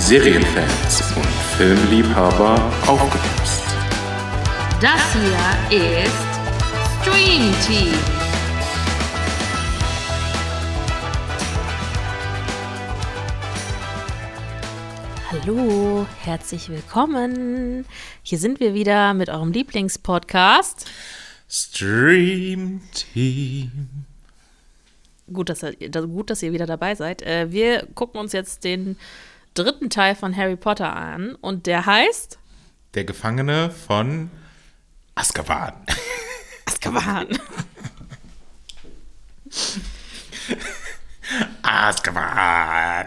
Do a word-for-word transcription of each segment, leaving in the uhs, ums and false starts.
Serienfans und Filmliebhaber aufgepasst. Das hier ist Stream Team. Hallo, herzlich willkommen. Hier sind wir wieder mit eurem Lieblingspodcast Stream Team. Gut, dass ihr, gut, dass ihr wieder dabei seid. Äh, wir gucken uns jetzt den dritten Teil von Harry Potter an und der heißt Der Gefangene von Azkaban. Azkaban. Azkaban.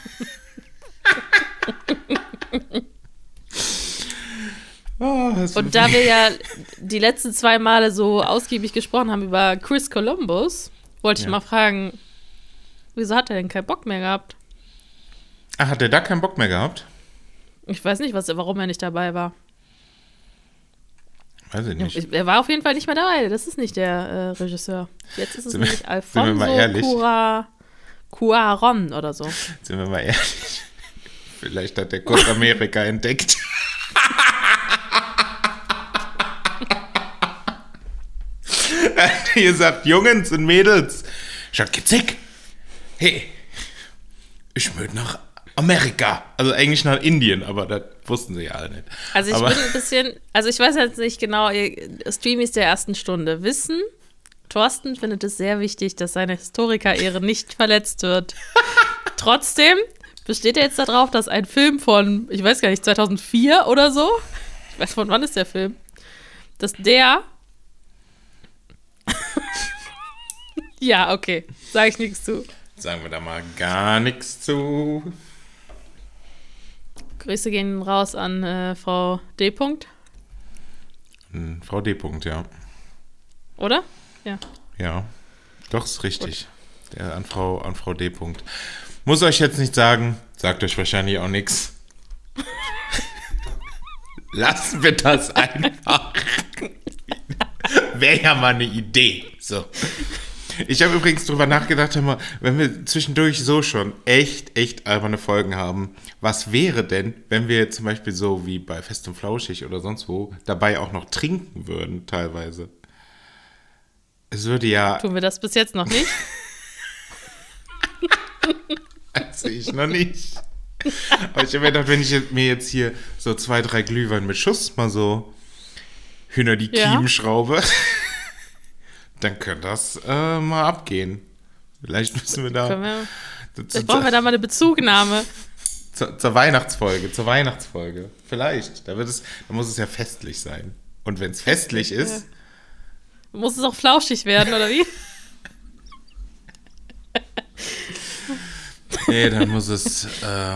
Oh, und da wir ja die letzten zwei Male so ausgiebig gesprochen haben über Chris Columbus, wollte ich ja. mal fragen, wieso hat er denn keinen Bock mehr gehabt? Ach, hat er da keinen Bock mehr gehabt? Ich weiß nicht, was, warum er nicht dabei war. Weiß ich nicht. Ich, er war auf jeden Fall nicht mehr dabei. Das ist nicht der äh, Regisseur. Jetzt ist es sind nämlich wir, Alfonso Cura, Cuarón oder so. Sind wir mal ehrlich. Vielleicht hat der kurz Amerika entdeckt. Ihr sagt, Jungs und Mädels, schaut kitzig. Hey, ich möchte nach Amerika. Also eigentlich nach Indien, aber das wussten sie ja alle nicht. Also ich aber bin ein bisschen, also ich weiß jetzt nicht genau, Streamies der ersten Stunde wissen, Thorsten findet es sehr wichtig, dass seine Historiker-Ehre nicht verletzt wird. Trotzdem besteht er jetzt darauf, dass ein Film von, ich weiß gar nicht, zweitausendvier oder so, ich weiß, von wann ist der Film, dass der ja, okay, sage ich nichts zu. Sagen wir da mal gar nichts zu. Grüße gehen raus an äh, Frau D. Hm, Frau D. ja. Oder? Ja. Ja, doch, ist richtig. Der, an, Frau, an Frau D. Muss euch jetzt nicht sagen, sagt euch wahrscheinlich auch nichts. Lassen wir das einfach. Wäre ja mal eine Idee. So. Ich habe übrigens drüber nachgedacht, wenn wir zwischendurch so schon echt, echt alberne Folgen haben, was wäre denn, wenn wir zum Beispiel so wie bei Fest und Flauschig oder sonst wo dabei auch noch trinken würden, teilweise? Es würde ja... Tun wir das bis jetzt noch nicht? Das sehe ich noch nicht. Aber ich habe mir gedacht, wenn ich mir jetzt hier so zwei, drei Glühwein mit Schuss mal so hinter die ja. Kiemen schraube, dann könnte das äh, mal abgehen. Vielleicht müssen wir da... Wir, vielleicht brauchen wir da mal eine Bezugnahme. Zur, zur Weihnachtsfolge, zur Weihnachtsfolge. Vielleicht. Da, wird es, da muss es ja festlich sein. Und wenn es festlich ist... Muss es auch flauschig werden, oder wie? Nee, dann muss es äh,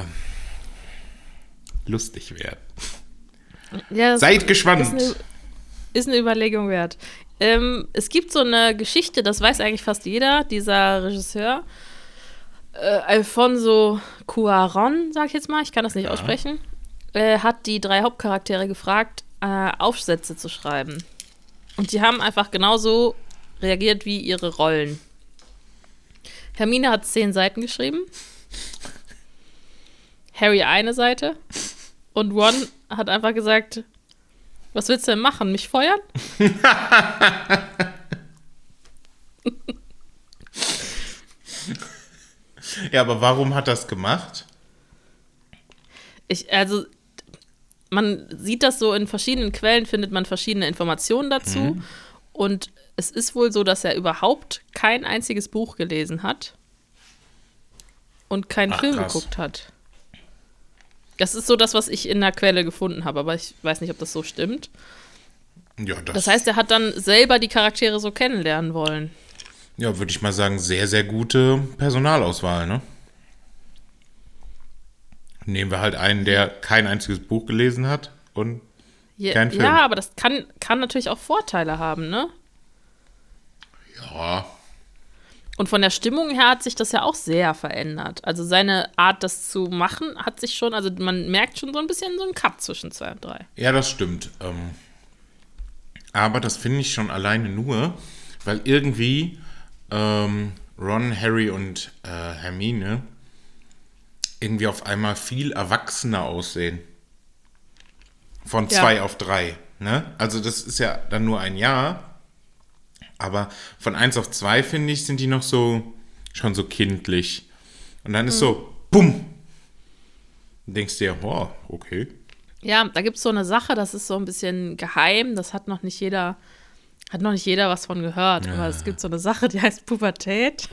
lustig werden. Ja, Seid gespannt. Ist eine, ist eine Überlegung wert. Ähm, es gibt so eine Geschichte, das weiß eigentlich fast jeder, dieser Regisseur, äh, Alfonso Cuarón, sag ich jetzt mal, ich kann das nicht ja. aussprechen, äh, hat die drei Hauptcharaktere gefragt, äh, Aufsätze zu schreiben. Und die haben einfach genauso reagiert wie ihre Rollen. Hermine hat zehn Seiten geschrieben, Harry eine Seite und Ron hat einfach gesagt, was willst du denn machen, mich feuern? Ja, aber warum hat das gemacht? Ich, also, man sieht das so in verschiedenen Quellen, findet man verschiedene Informationen dazu. Mhm. Und es ist wohl so, dass er überhaupt kein einziges Buch gelesen hat und keinen Ach, Film krass. geguckt hat. Das ist so das, was ich in der Quelle gefunden habe, aber ich weiß nicht, ob das so stimmt. Ja, das, das heißt, er hat dann selber die Charaktere so kennenlernen wollen. Ja, würde ich mal sagen, sehr, sehr gute Personalauswahl, ne? Nehmen wir halt einen, der kein einziges Buch gelesen hat und ja, keinen Film. Ja, aber das kann, kann natürlich auch Vorteile haben, ne? Ja. Und von der Stimmung her hat sich das ja auch sehr verändert. Also seine Art, das zu machen, hat sich schon, also man merkt schon so ein bisschen so einen Cut zwischen zwei und drei. Ja, das stimmt. Ähm, aber das finde ich schon alleine nur, weil irgendwie ähm, Ron, Harry und äh, Hermine irgendwie auf einmal viel erwachsener aussehen. Von Ja. zwei auf drei. Ne? Also das ist ja dann nur ein Jahr. Aber von eins auf zwei, finde ich, sind die noch so, schon so kindlich. Und dann ist so, bumm. Du denkst dir, oh, okay. Ja, da gibt es so eine Sache, das ist so ein bisschen geheim, das hat noch nicht jeder, hat noch nicht jeder was von gehört. Ja. Aber es gibt so eine Sache, die heißt Pubertät.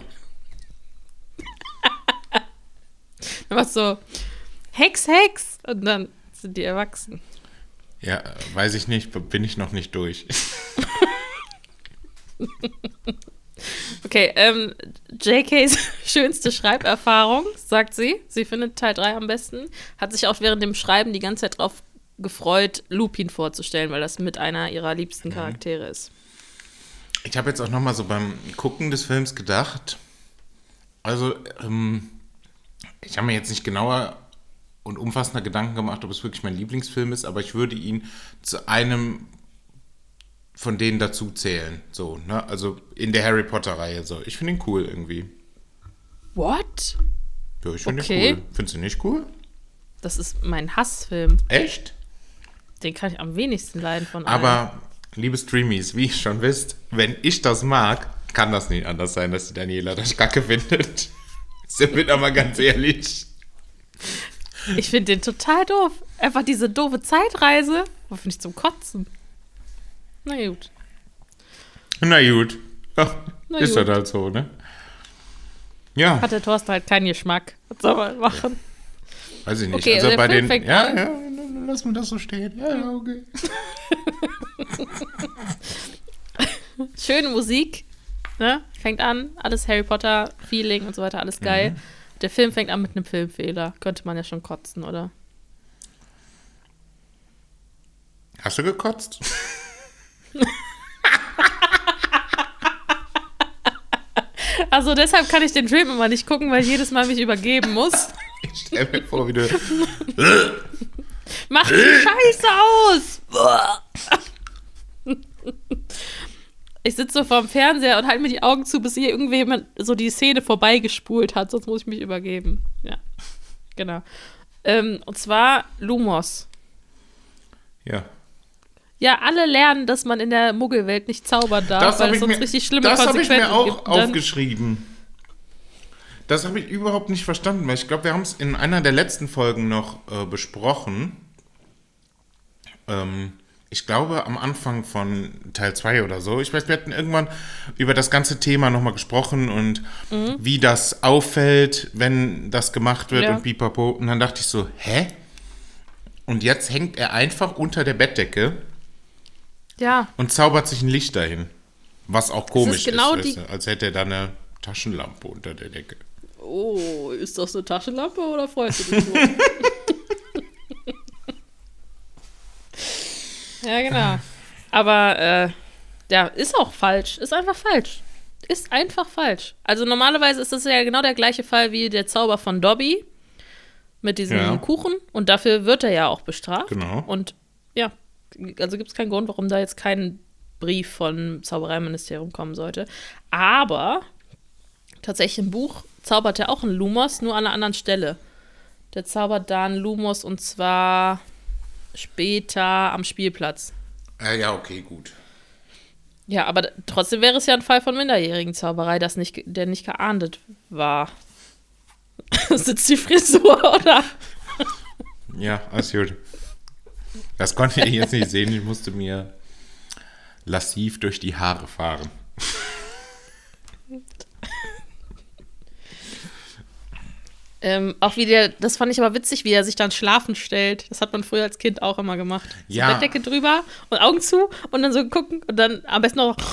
Dann war's so, Hex, Hex. Und dann sind die erwachsen. Ja, weiß ich nicht, bin ich noch nicht durch. Okay, ähm, J Ks schönste Schreiberfahrung, sagt sie. Sie findet Teil drei am besten. Hat sich auch während dem Schreiben die ganze Zeit drauf gefreut, Lupin vorzustellen, weil das mit einer ihrer liebsten Charaktere ist. Ich habe jetzt auch noch mal so beim Gucken des Films gedacht, also ähm, ich habe mir jetzt nicht genauer und umfassender Gedanken gemacht, ob es wirklich mein Lieblingsfilm ist, aber ich würde ihn zu einem von denen dazu zählen, so, ne? Also in der Harry Potter-Reihe, so. Ich finde ihn cool irgendwie. What? Ja, ich finde Okay. ihn cool. Findest du nicht cool? Das ist mein Hassfilm. Echt? Den kann ich am wenigsten leiden von allen. Aber, liebe Streamies, wie ihr schon wisst, wenn ich das mag, kann das nicht anders sein, dass die Daniela das kacke findet. Sind wir da mal ganz ehrlich. Ich finde den total doof. Einfach diese doofe Zeitreise. Wo finde ich zum Kotzen? Na gut. Na gut. Ja, Na ist gut. das halt so, ne? Ja, Hat der Thorsten halt keinen Geschmack. Was soll man machen? weiß ich nicht. Okay, also der bei Film den. fängt Ja, an. ja, lass mir das so stehen. Ja, ja, okay. Schöne Musik. Ne? Fängt an. Alles Harry Potter, Feeling und so weiter. Alles geil. Der Film fängt an mit einem Filmfehler. Könnte man ja schon kotzen, oder? Hast du gekotzt? Also deshalb kann ich den Film immer nicht gucken, weil ich jedes Mal mich übergeben muss. Ich stell mir vor, wie du. Mach die Scheiße aus! Ich sitze so vorm Fernseher und halte mir die Augen zu, bis hier irgendjemand so die Szene vorbeigespult hat, sonst muss ich mich übergeben. Ja, genau. Ähm, und zwar Lumos. Ja. Ja, alle lernen, dass man in der Muggelwelt nicht zaubern darf, Das weil habe es ich, sonst mir- richtig schlimme das hab ich Konsequenzen mir auch gibt. Und dann- aufgeschrieben. Das habe ich überhaupt nicht verstanden, weil ich glaube, wir haben es in einer der letzten Folgen noch äh, besprochen. Ähm, ich glaube, am Anfang von Teil zwei oder so. Ich weiß, wir hatten irgendwann über das ganze Thema nochmal gesprochen und Mhm. wie das auffällt, wenn das gemacht wird Ja. und pipapo. Und dann dachte ich so, hä? Und jetzt hängt er einfach unter der Bettdecke Ja, und zaubert sich ein Licht dahin. Was auch komisch ist, genau weißt die- du, als hätte er da eine Taschenlampe unter der Decke. oh, ist das eine Taschenlampe oder freust du dich nur? Ja, genau. Aber, äh, ja, ist auch falsch. Ist einfach falsch. Ist einfach falsch. Also normalerweise ist das ja genau der gleiche Fall wie der Zauber von Dobby mit diesem Ja. Kuchen. Und dafür wird er ja auch bestraft. Genau. Und ja, also gibt es keinen Grund, warum da jetzt kein Brief vom Zaubereiministerium kommen sollte. Aber tatsächlich im Buch zaubert er auch einen Lumos, nur an einer anderen Stelle. Der zaubert da einen Lumos und zwar später am Spielplatz. Äh, ja, okay, gut. Ja, aber d- trotzdem wäre es ja ein Fall von minderjährigen Zauberei, das nicht, ge- der nicht geahndet war. Sitzt die Frisur, oder? Ja, alles gut. Das konnte ich jetzt nicht sehen. Ich musste mir lassiv durch die Haare fahren. Ähm, auch wie der, das fand ich aber witzig, wie er sich dann schlafen stellt. Das hat man früher als Kind auch immer gemacht. So Ja. Bettdecke drüber und Augen zu und dann so gucken und dann am besten noch.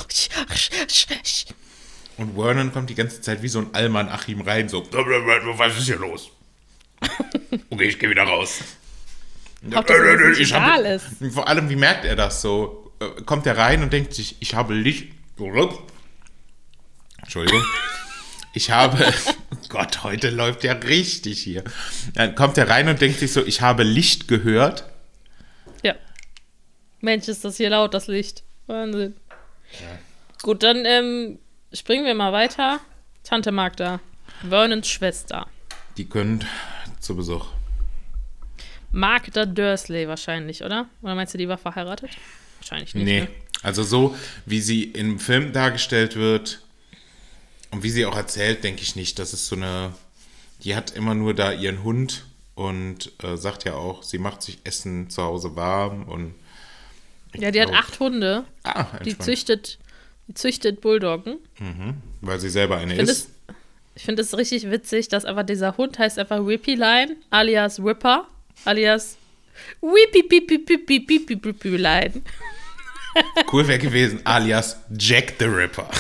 Und Vernon kommt die ganze Zeit wie so ein Allmann Achim rein, so, was ist hier los? Okay, ich gehe wieder raus. Hauptsache, dass es nicht Ich hab- egal ist. Vor allem, wie merkt er das so? Äh, Kommt er rein und denkt sich, ich habe Licht. Entschuldigung. Ich habe. Gott, heute läuft ja richtig hier. Dann kommt er rein und denkt sich so, ich habe Licht gehört. Ja. Mensch, ist das hier laut, das Licht. Wahnsinn. Gut, dann ähm, springen wir mal weiter. Tante Magda, Vernons Schwester. Die können zu Besuch. Magda Dursley wahrscheinlich, oder? Oder meinst du, die war verheiratet? Wahrscheinlich nicht. Nee, Ne? also so, wie sie im Film dargestellt wird und wie sie auch erzählt, denke ich nicht. Das ist so eine, die hat immer nur da ihren Hund und äh, sagt ja auch, sie macht sich Essen zu Hause warm und ja, die hat acht Hunde. Ah, die züchtet, die züchtet Bulldoggen. Mhm, weil sie selber eine ich find ist. Es, ich finde es richtig witzig, dass einfach dieser Hund heißt einfach Whippy Line, alias Whipper, alias Whippy Pipi Pipi Pipi Pipi Line. Cool wäre gewesen, alias Jack the Ripper.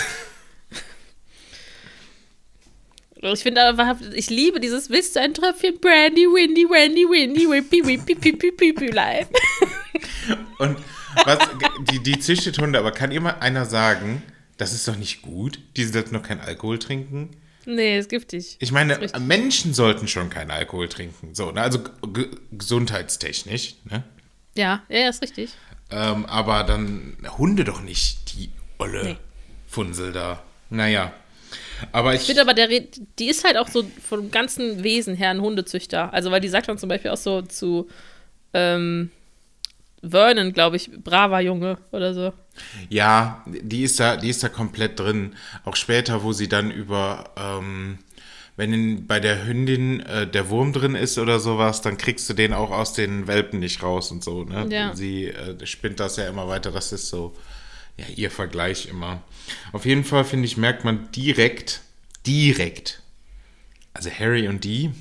Ich finde einfach, ich liebe dieses, willst du ein Tröpfchen Brandy, Windy, Wendy, Windy, Whippy, Whippy, Pipi, Pipi, Line. Und was, die, die züchtet Hunde, aber kann immer einer sagen, das ist doch nicht gut, die sollten noch keinen Alkohol trinken? Nee, ist giftig. Ich meine, Menschen sollten schon keinen Alkohol trinken, so, ne? Also g- gesundheitstechnisch, ne? Ja, ja, ist richtig. Ähm, aber dann Hunde doch nicht, die olle Nee. Funsel da. Naja. Aber ich, Ich finde aber, der, die ist halt auch so vom ganzen Wesen her ein Hundezüchter. Also, weil die sagt dann zum Beispiel auch so zu ähm, Vernon, glaube ich, braver Junge oder so. ja, die ist da, die ist da komplett drin. Auch später, wo sie dann über, ähm, wenn in, bei der Hündin äh, der Wurm drin ist oder sowas, dann kriegst du den auch aus den Welpen nicht raus und so, ne? Ja. Sie äh, spinnt das ja immer weiter, das ist so, ja, ihr Vergleich immer. Auf jeden Fall, finde ich, merkt man direkt, direkt, also Harry und die,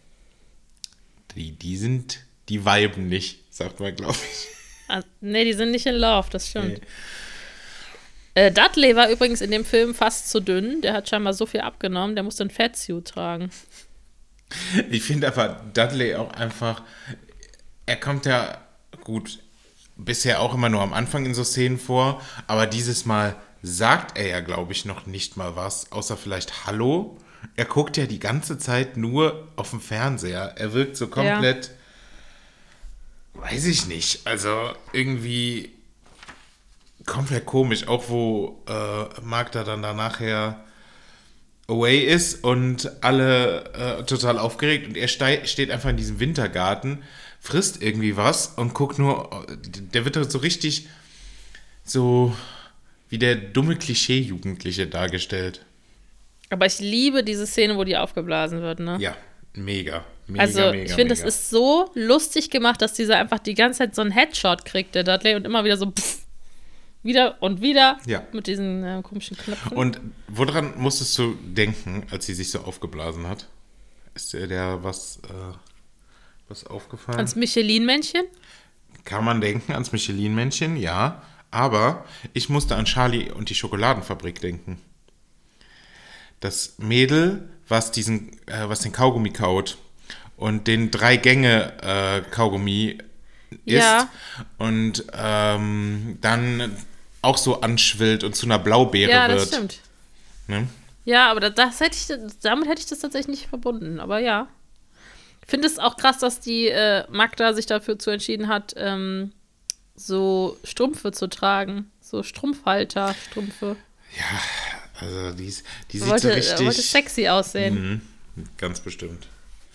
die, die sind, die viben nicht, sagt man, glaube ich. Ah, nee, die sind nicht in Love, das stimmt. Nee. Äh, Dudley war übrigens in dem Film fast zu dünn. Der hat scheinbar so viel abgenommen, der musste ein Fatsuit tragen. Ich finde aber Dudley auch einfach, er kommt ja gut, bisher auch immer nur am Anfang in so Szenen vor, aber dieses Mal sagt er ja, glaube ich, noch nicht mal was, außer vielleicht Hallo. Er guckt ja die ganze Zeit nur auf dem Fernseher. Er wirkt so komplett, ja. Weiß ich nicht, also irgendwie komplett komisch, auch wo äh, Magda dann da nachher away ist und alle äh, total aufgeregt und er stei- steht einfach in diesem Wintergarten, frisst irgendwie was und guckt nur, der wird so richtig so wie der dumme Klischee-Jugendliche dargestellt. Aber ich liebe diese Szene, wo die aufgeblasen wird, ne? Ja, mega, mega, also, mega, ich finde, das mega. ist so lustig gemacht, dass dieser einfach die ganze Zeit so einen Headshot kriegt, der Dudley, und immer wieder so pff, wieder und wieder Ja. mit diesen äh, komischen Knöpfen. Und woran musstest du denken, als sie sich so aufgeblasen hat? Ist dir der was, äh, was aufgefallen? Ans Michelin-Männchen? Kann man denken ans Michelin-Männchen, ja. Aber ich musste an Charlie und die Schokoladenfabrik denken. Das Mädel, was diesen, äh, was den Kaugummi kaut und den drei Gänge äh, Kaugummi isst Ja. und ähm, dann auch so anschwillt und zu einer Blaubeere Ja, wird. das stimmt. Ne? Ja, aber das, das hätte ich, damit hätte ich das tatsächlich nicht verbunden. Aber ja. Ich finde es auch krass, dass die äh, Magda sich dafür zu entschieden hat, ähm, so Strümpfe zu tragen. So Strumpfhalter, Strümpfe. Ja, also die, ist- die sieht Wollte, so richtig... wollte sexy aussehen. Mhm, ganz bestimmt.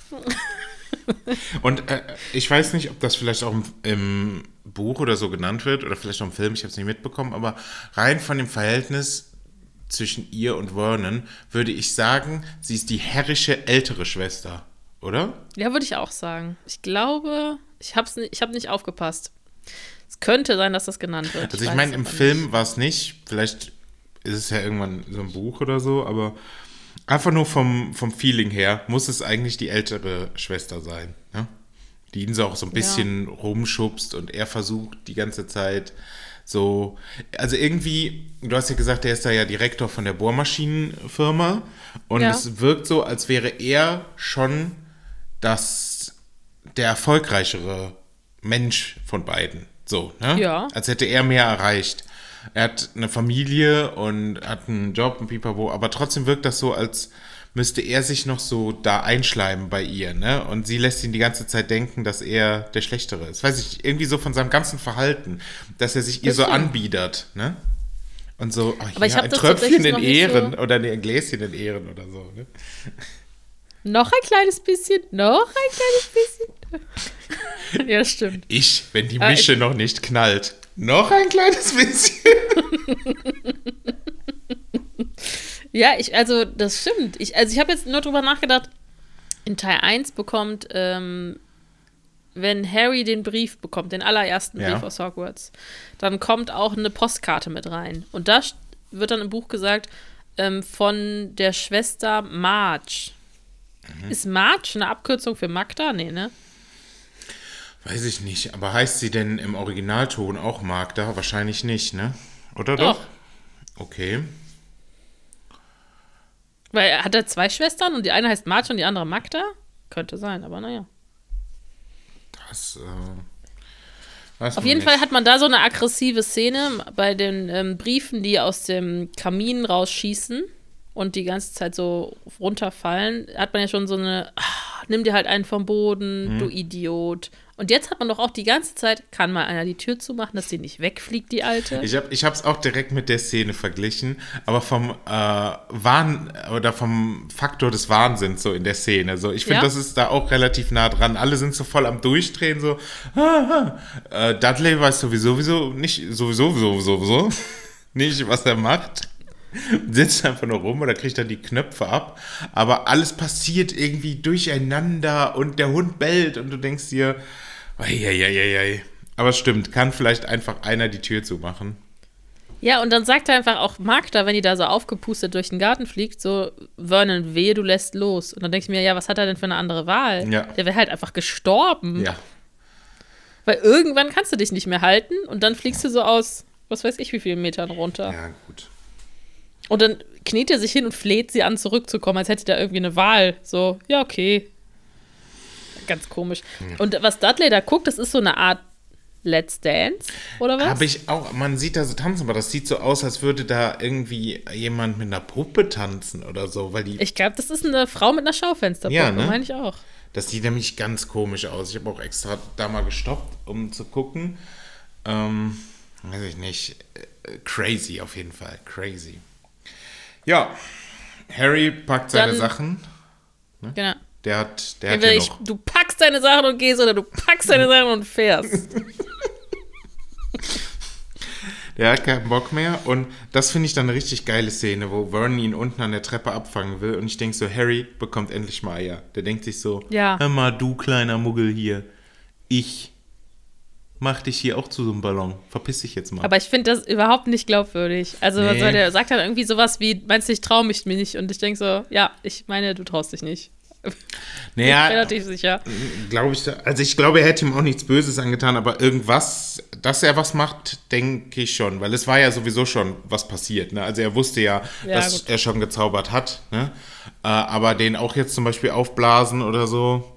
Und äh, ich weiß nicht, ob das vielleicht auch im, im Buch oder so genannt wird oder vielleicht auch im Film, ich habe es nicht mitbekommen, aber rein von dem Verhältnis zwischen ihr und Vernon würde ich sagen, sie ist die herrische ältere Schwester, oder? Ja, würde ich auch sagen. Ich glaube, ich habe nicht, ich hab nicht aufgepasst. Es könnte sein, dass das genannt wird. Also ich weiß meine, es im aber Film nicht. war es nicht, vielleicht ist es ja irgendwann so ein Buch oder so, aber einfach nur vom, vom Feeling her muss es eigentlich die ältere Schwester sein, ne? Die ihn so auch so ein bisschen rumschubst und er versucht die ganze Zeit so, also irgendwie, du hast ja gesagt, der ist da ja Direktor von der Bohrmaschinenfirma und Ja. es wirkt so, als wäre er schon das, der erfolgreichere Mensch von beiden, so, ne? Ja. Als hätte er mehr erreicht. Er hat eine Familie und hat einen Job und pipapo, aber trotzdem wirkt das so, als müsste er sich noch so da einschleimen bei ihr, ne? Und sie lässt ihn die ganze Zeit denken, dass er der Schlechtere ist. Weiß ich, irgendwie so von seinem ganzen Verhalten, dass er sich ihr so Bisschen. anbiedert, ne? Und so, ach, Aber ich ja, hab ein das Tröpfchen tatsächlich in noch nicht Ehren so- oder nee, ein Gläschen in Ehren oder so, ne? Noch ein kleines bisschen, noch ein kleines bisschen. Ja, stimmt. Ich, wenn die Mische noch nicht knallt. Noch ein kleines bisschen. Ja, ich, also das stimmt. Ich, also ich habe jetzt nur drüber nachgedacht, in Teil eins bekommt, ähm, wenn Harry den Brief bekommt, den allerersten Ja. Brief aus Hogwarts, dann kommt auch eine Postkarte mit rein. Und da st- wird dann im Buch gesagt, ähm, von der Schwester Marge. Mhm. Ist Marge eine Abkürzung für Magda? Nee, ne? Weiß ich nicht, aber heißt sie denn im Originalton auch Magda? Wahrscheinlich nicht, ne? Oder Doch. doch? Okay. Weil hat er zwei Schwestern und die eine heißt Marge und die andere Magda? Könnte sein, aber naja. Das, äh, weiß Auf man jeden nicht. Fall hat man da so eine aggressive Szene bei den ähm, Briefen, die aus dem Kamin rausschießen und die ganze Zeit so runterfallen. Hat man ja schon so eine, ah, nimm dir halt einen vom Boden, Mhm. du Idiot. Und jetzt hat man doch auch die ganze Zeit, kann mal einer die Tür zumachen, dass die nicht wegfliegt, die Alte. Ich habe ich hab's auch direkt mit der Szene verglichen, aber vom äh, Wahn oder vom Faktor des Wahnsinns so in der Szene. So, ich finde, Ja? das ist da auch relativ nah dran. Alle sind so voll am Durchdrehen, so. Ah, ah. Äh, Dudley weiß sowieso, sowieso nicht, sowieso, sowieso, sowieso nicht, was er macht. Sitzt einfach nur rum oder kriegt dann die Knöpfe ab. Aber alles passiert irgendwie durcheinander und der Hund bellt und du denkst dir, eieieiei. Aber es stimmt, kann vielleicht einfach einer die Tür zumachen. Ja, und dann sagt er einfach auch Magda, wenn die da so aufgepustet durch den Garten fliegt, so, Vernon, wehe, du lässt los. Und dann denke ich mir, ja, was hat er denn für eine andere Wahl? Ja. Der wäre halt einfach gestorben. Ja. Weil irgendwann kannst du dich nicht mehr halten und dann fliegst du so aus, was weiß ich, wie vielen Metern runter. Ja, gut. Und dann kniet er sich hin und fleht sie an, zurückzukommen, als hätte er irgendwie eine Wahl. So, ja, okay. Ganz komisch. Ja. Und was Dudley da guckt, das ist so eine Art Let's Dance, oder was? Habe ich auch, man sieht da so tanzen, aber das sieht so aus, als würde da irgendwie jemand mit einer Puppe tanzen oder so, weil die, Ich glaube, das ist eine Frau mit einer Schaufensterpuppe, Ja, ne? meine ich auch. das sieht nämlich ganz komisch aus. Ich habe auch extra da mal gestoppt, um zu gucken. Ähm, weiß ich nicht. Äh, Crazy auf jeden Fall, crazy. Ja, Harry packt seine Dann- Sachen. Genau. Der hat, der hat Entweder ja ich, noch. du packst deine Sachen und gehst oder du packst deine Sachen und fährst. Der hat keinen Bock mehr. Und das finde ich dann eine richtig geile Szene, wo Vernon ihn unten an der Treppe abfangen will. Und ich denke so, Harry bekommt endlich mal Eier. Der denkt sich so, Ja. hör mal, du kleiner Muggel hier. Ich mach dich hier auch zu so einem Ballon. Verpiss dich jetzt mal. Aber ich finde das überhaupt nicht glaubwürdig. Also Nee. was soll der sagt dann irgendwie sowas wie, meinst du, ich traue mich mir nicht? Und ich denke so, ja, ich meine, du traust dich nicht. naja, Relativ sicher. glaube ich, also ich glaube, er hätte ihm auch nichts Böses angetan, aber irgendwas, dass er was macht, denke ich schon, weil es war ja sowieso schon was passiert, ne? Also er wusste ja, Ja, dass gut. er schon gezaubert hat, ne? Äh, aber den auch jetzt zum Beispiel aufblasen oder so,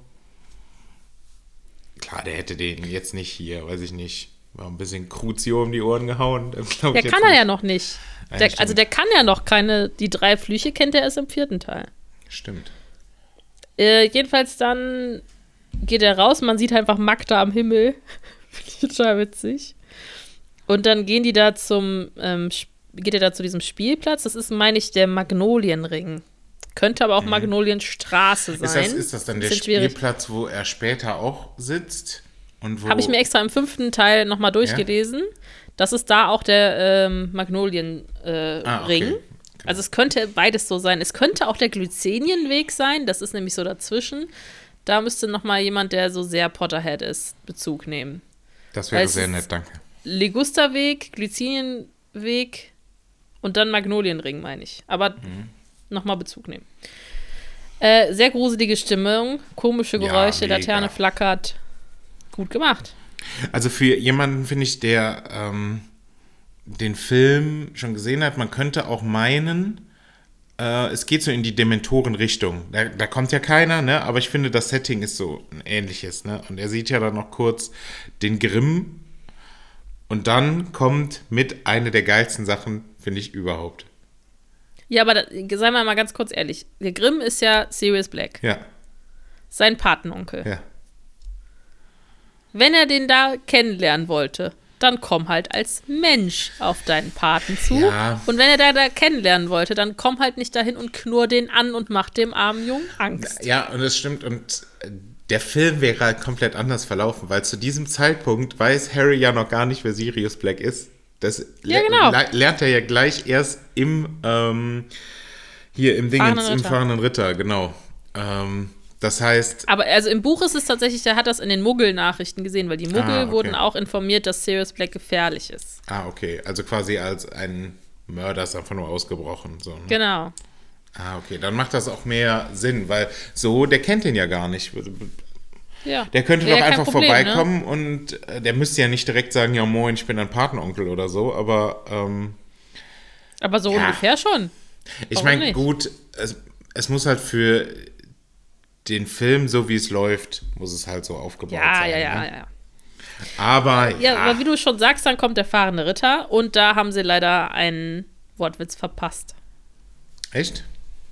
klar, der hätte den jetzt nicht hier, weiß ich nicht, war ein bisschen Crucio um die Ohren gehauen. Das glaub Der ich kann jetzt er ja nicht. noch nicht. Ja, Der, stimmt. also der kann ja noch keine, die drei Flüche kennt er erst im vierten Teil. Stimmt. Äh, jedenfalls dann geht er raus, man sieht einfach Magda am Himmel. Finde ich total witzig. Und dann gehen die da zum, ähm, Sp- geht er da zu diesem Spielplatz. Das ist, meine ich, der Magnolienring. Könnte aber auch Magnolienstraße sein. Ist das, ist das dann der Bisschen schwierig. Spielplatz, wo er später auch sitzt? Und wo Habe ich mir extra im fünften Teil nochmal durchgelesen. Das ist da auch der ähm, Magnolienring. Äh, Ah, okay. Ring. Also es könnte beides so sein. Es könnte auch der Glycenienweg sein. Das ist nämlich so dazwischen. Da müsste nochmal jemand, der so sehr Potterhead ist, Bezug nehmen. Das wäre Weil es sehr ist- nett, danke. Ligusterweg, Glycinienweg und dann Magnolienring, meine ich. Aber Mhm. nochmal Bezug nehmen. Äh, sehr gruselige Stimmung, komische Ja, Geräusche, mega. Laterne flackert. Gut gemacht. Also für jemanden, finde ich, der ähm, den Film schon gesehen hat, man könnte auch meinen, äh, es geht so in die Dementoren-Richtung. Da, da kommt ja keiner, ne? Aber ich finde, das Setting ist so ein ähnliches, ne? Und er sieht ja dann noch kurz den Grimm und dann kommt mit eine der geilsten Sachen, finde ich, überhaupt. Ja, aber da, seien wir mal ganz kurz ehrlich. Der Grimm ist ja Sirius Black, Ja, sein Patenonkel. ja. Wenn er den da kennenlernen wollte, dann komm halt als Mensch auf deinen Paten zu. Ja. Und wenn er da, da kennenlernen wollte, dann komm halt nicht dahin und knurr den an und mach dem armen Jungen Angst. Ja, und das stimmt. Und der Film wäre halt komplett anders verlaufen, weil zu diesem Zeitpunkt weiß Harry ja noch gar nicht, wer Sirius Black ist. Das Ja, genau. le- lernt er ja gleich erst im, ähm, hier im Dingens, Fahrenden im Ritter. fahrenden Ritter, genau. Ähm, das heißt, Aber also im Buch ist es tatsächlich, der hat das in den Muggel-Nachrichten gesehen, weil die Muggel Ah, okay. wurden auch informiert, dass Sirius Black gefährlich ist. ah, okay, also quasi als ein Mörder ist einfach nur ausgebrochen. So, ne? Genau. Ah, okay, dann macht das auch mehr Sinn, weil so, der kennt ihn ja gar nicht. Ja. Der könnte Wäre doch ja kein einfach Problem, vorbeikommen Ne? und äh, der müsste ja nicht direkt sagen, ja moin, ich bin dein Patenonkel oder so, aber ähm, Aber so Ja. ungefähr schon. ich Warum meine, nicht? gut, es, es muss halt für den Film, so wie es läuft, muss es halt so aufgebaut Ja, sein. ja, ja, ne? ja, ja. Aber, Ja, ja, aber wie du schon sagst, dann kommt der fahrende Ritter und da haben sie leider einen Wortwitz verpasst. echt?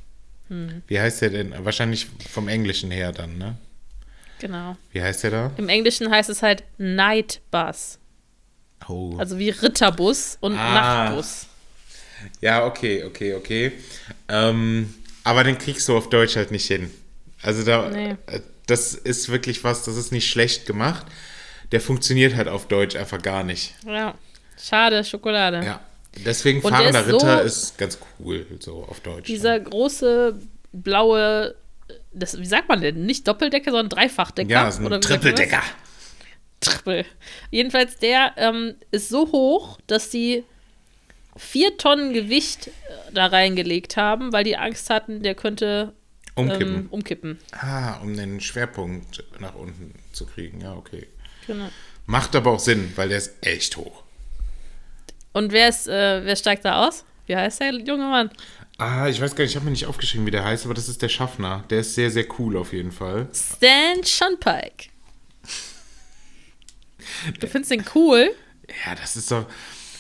Hm. Wie heißt der denn? Wahrscheinlich vom Englischen her dann, ne? Genau. Wie heißt der da? Im Englischen heißt es halt Night Bus. Oh. Also wie Ritterbus und Ah. Nachtbus. Ja, okay, okay, okay. Ähm, aber den kriegst du auf Deutsch halt nicht hin. Also da, Nee. äh, das ist wirklich was, das ist nicht schlecht gemacht. Der funktioniert halt auf Deutsch einfach gar nicht. Ja. Schade, Schokolade. Ja. Deswegen Und der Fahrender ist so- Ritter ist ganz cool, so auf Deutsch. Dieser große blaue, das, wie sagt man denn? Nicht Doppeldecker, sondern Dreifachdecker. ja, ist ein Oder wie sagt man das? Trippeldecker. Triple. Jedenfalls, der ähm, ist so hoch, dass die vier Tonnen Gewicht äh, da reingelegt haben, weil die Angst hatten, der könnte Umkippen. ähm, umkippen. Ah, um den Schwerpunkt nach unten zu kriegen. Ja, okay. Genau. Macht aber auch Sinn, weil der ist echt hoch. Und wer ist, äh, wer steigt da aus? Wie heißt der junge Mann? Ah, ich weiß gar nicht, ich habe mir nicht aufgeschrieben, wie der heißt, aber das ist der Schaffner. Der ist sehr, sehr cool auf jeden Fall. Stan Shunpike. Du findest den cool? Ja, das ist so.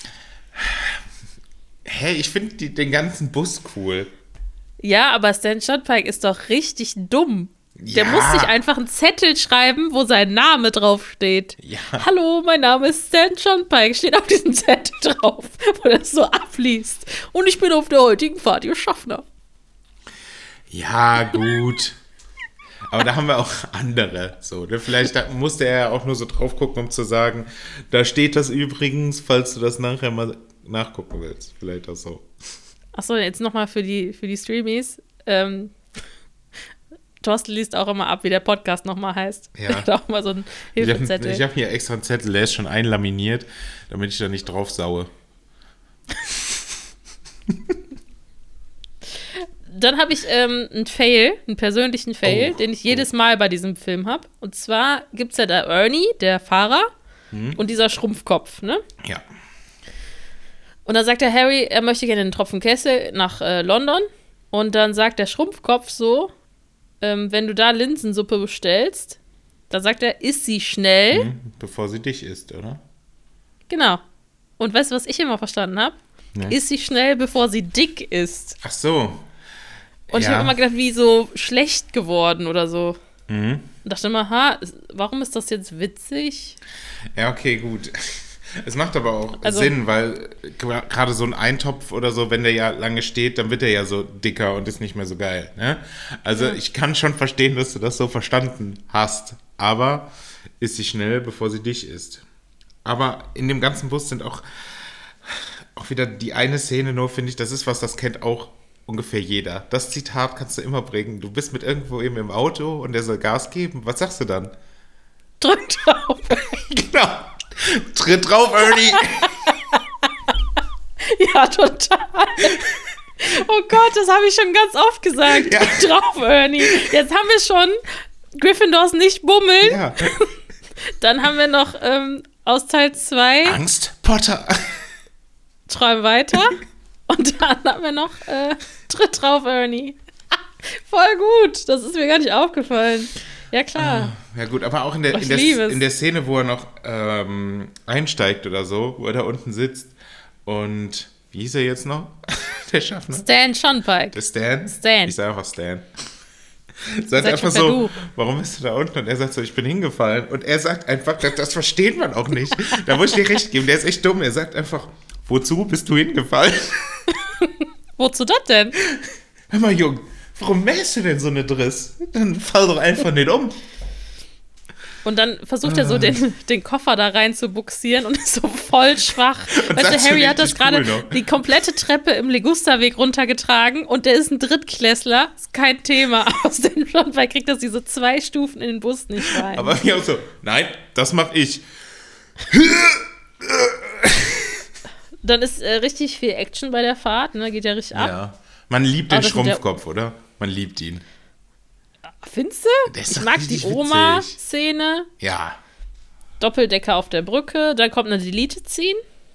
Hey, ich finde den ganzen Bus cool. Ja, aber Stan Shunpike ist doch richtig dumm. Der Ja. muss sich einfach einen Zettel schreiben, wo sein Name draufsteht. Ja. Hallo, mein Name ist Stan Shunpike. Steht auf diesem Zettel drauf, wo er es so abliest. Und ich bin auf der heutigen Fahrt Ihr Schaffner. Ja, gut. Aber da haben wir auch andere. So, ne? Vielleicht da musste er ja auch nur so drauf gucken, um zu sagen, da steht das übrigens, falls du das nachher mal nachgucken willst. Vielleicht auch so. Achso, jetzt nochmal für die, für die Streamies. Ähm, Thorsten liest auch immer ab, wie der Podcast nochmal heißt. Ja. Er hat auch mal so einen Ich habe Hilfezettel. hab hier extra einen Zettel, der ist schon einlaminiert, damit ich da nicht drauf saue. Dann habe ich ähm, einen Fail, einen persönlichen Fail, Oh, den ich jedes Mal bei diesem Film habe. Und zwar gibt es ja da Ernie, der Fahrer, und dieser Schrumpfkopf, ne? Ja. Und dann sagt der Harry, er möchte gerne einen Tropfen Kessel nach äh, London. Und dann sagt der Schrumpfkopf so, ähm, wenn du da Linsensuppe bestellst, dann sagt er, iss sie schnell. Hm, bevor sie dich isst, oder? Genau. Und weißt du, was ich immer verstanden habe? Nee. Iss sie schnell, bevor sie dick ist. Ach so. Und ich Ja. habe immer gedacht, wie so schlecht geworden oder so. Mhm. Und dachte immer, ha, ist- warum ist das jetzt witzig? Ja, okay, gut. Es macht aber auch Also- Sinn, weil gra- gerade so ein Eintopf oder so, wenn der ja lange steht, dann wird er ja so dicker und ist nicht mehr so geil. Ne? Also Ja. ich kann schon verstehen, dass du das so verstanden hast. Aber isst sie schnell, bevor sie dich isst. Aber in dem ganzen Bus sind auch, auch wieder die eine Szene nur, finde ich, das ist was, das kennt auch ungefähr jeder. Das Zitat kannst du immer bringen. Du bist mit irgendwo eben im Auto und der soll Gas geben. Was sagst du dann? Drück drauf. Genau. Tritt drauf, Ernie. Ja, total. Oh Gott, das habe ich schon ganz oft gesagt. Ja. Drück drauf, Ernie. Jetzt haben wir schon Gryffindors nicht bummeln. Ja. Dann haben wir noch ähm, aus Teil zwei Angst, Potter. Träum weiter. Und dann haben wir noch äh, Tritt drauf, Ernie. Voll gut. Das ist mir gar nicht aufgefallen. Ja, klar. Ja gut, aber auch in der, Oh, in ich der, liebe es. in der Szene, wo er noch ähm, einsteigt oder so, wo er da unten sitzt und, wie hieß er jetzt noch? Der Schaffner? Stan Shunpike. Der Stan? Stan. Ich sage einfach Stan. sagt Seid einfach schon per so, Du. warum bist du da unten? Und er sagt so, ich bin hingefallen. Und er sagt einfach, das, das versteht man auch nicht. Da muss ich dir recht geben, der ist echt dumm. Er sagt einfach, wozu bist du hingefallen? Wozu das denn? Hör mal, Jung, warum mähst du denn so eine Driss? Dann fall doch einfach nicht um. Und dann versucht er so den, den Koffer da rein zu buxieren und ist so voll schwach. Und Weißt du, das Harry ist hat das richtig gerade cool noch. die komplette Treppe im Legusterweg runtergetragen und der ist ein Drittklässler, ist kein Thema. Aus dem Grund, weil kriegt das diese zwei Stufen in den Bus nicht rein. Aber mir auch so, nein, das mach ich. Dann ist äh, richtig viel Action bei der Fahrt, ne? Geht ja richtig ab. Ja. Man liebt den Aber das sind ja- Schrumpfkopf, oder? Man liebt ihn. Findest du? Der ist Ich doch mag richtig die witzig. Oma-Szene. Ja. Doppeldecker auf der Brücke. Dann kommt eine Delete ziehen.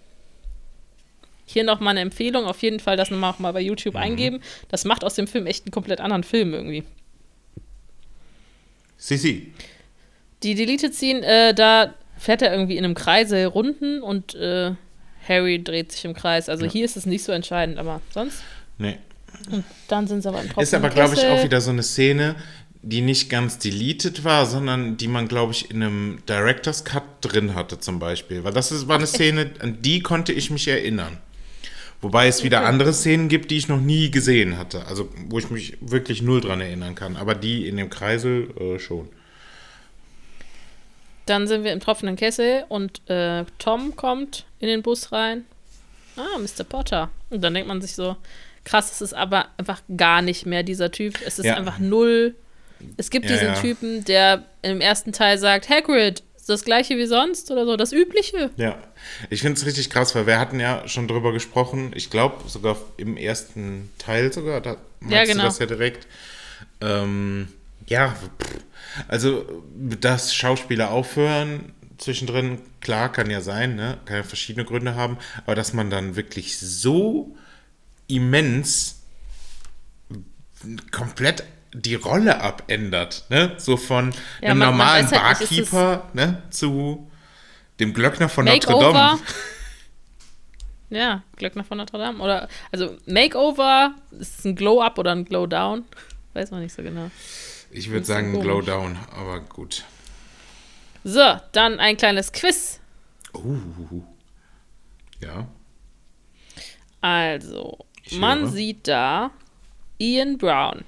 Hier nochmal eine Empfehlung. Auf jeden Fall das nochmal auch mal bei YouTube Mhm. eingeben. Das macht aus dem Film echt einen komplett anderen Film irgendwie. Sissi. Die Delete ziehen, äh, da fährt er irgendwie in einem Kreisel Runden und äh, Harry dreht sich im Kreis. Also Ja. hier ist es nicht so entscheidend, aber sonst. Nee. Und dann sind sie aber im Tropfen. Ist aber, glaube ich, auch wieder so eine Szene, die nicht ganz deleted war, sondern die man, glaube ich, in einem Director's Cut drin hatte zum Beispiel. Weil das ist, war eine Szene, an die konnte ich mich erinnern. Wobei es wieder Okay. andere Szenen gibt, die ich noch nie gesehen hatte. Also wo ich mich wirklich null dran erinnern kann. Aber die in dem Kreisel äh, schon. Dann sind wir im tropfenden Kessel und äh, Tom kommt in den Bus rein. Ah, Mister Potter. Und dann denkt man sich so, krass, es ist aber einfach gar nicht mehr dieser Typ. Es ist Ja. einfach null. Es gibt Ja, diesen ja. Typen, der im ersten Teil sagt, Hagrid, ist das gleiche wie sonst oder so, das Übliche. Ja, ich finde es richtig krass, weil wir hatten ja schon drüber gesprochen, ich glaube sogar im ersten Teil sogar, da meinst Ja, genau. du das ja direkt. Ähm, ja, pff, also dass Schauspieler aufhören zwischendrin, klar, kann ja sein, ne? Kann ja verschiedene Gründe haben, aber dass man dann wirklich so immens komplett die Rolle abändert, ne? So von Ja, einem man- man normalen weiß halt nicht, ist es- Barkeeper, ne? Zu dem Glöckner von Notre Makeover. Dame. Ja, Glöckner von Notre Dame. Oder, also Makeover, ist es ein Glow-Up oder ein Glow-Down? Weiß man nicht so genau. Ich würde Bisschen sagen komisch. Glow Down, aber gut. So, dann ein kleines Quiz. Uh. Ja. Also, Ich man höre. sieht da Ian Brown.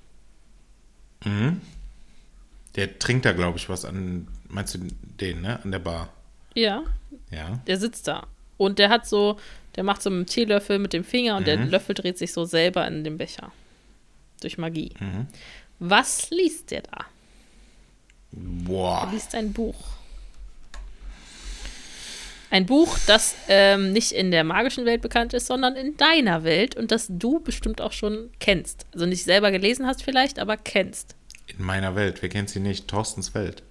Mhm. Der trinkt da, glaube ich, was an, meinst du den, ne? An der Bar. Ja, Ja. der sitzt da. Und der hat so, der macht so einen Teelöffel mit dem Finger und der Mhm. Löffel dreht sich so selber in den Becher. Durch Magie. Mhm. Was liest der da? Er Boah. liest ein Buch. Ein Buch, das ähm, nicht in der magischen Welt bekannt ist, sondern in deiner Welt und das du bestimmt auch schon kennst. Also nicht selber gelesen hast vielleicht, aber kennst. In meiner Welt. Wer kennt sie nicht? Thorstens Welt.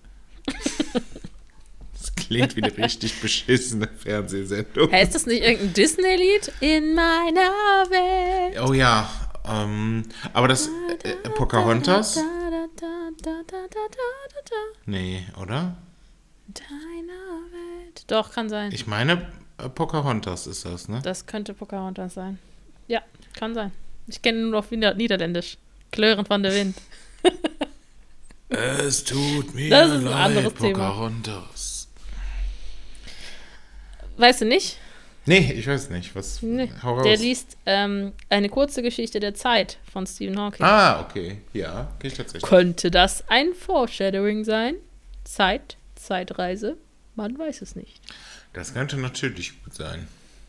Das klingt wie eine richtig beschissene Fernsehsendung. Hä, ist das nicht irgendein Disney-Lied? In meiner Welt. Oh ja. Ähm, aber das äh, äh, Pocahontas? Da, da, da, da, da, da, da, da. Nee, oder? Deiner Welt. Doch, kann sein. Ich meine, äh, Pocahontas ist das, ne? Das könnte Pocahontas sein. Ja, kann sein. Ich kenne nur noch Nieder- Niederländisch. Klören von der Wind. Es tut mir Das ist ein anderes Thema. Pocahontas. Weißt du nicht? Nee, ich weiß nicht. Was? Nee. Hau raus. Der liest ähm, eine kurze Geschichte der Zeit von Stephen Hawking. Ah, okay. Ja, gehe ich tatsächlich. Könnte das ein Foreshadowing sein? Zeit, Zeitreise? Man weiß es nicht. Das könnte natürlich gut sein.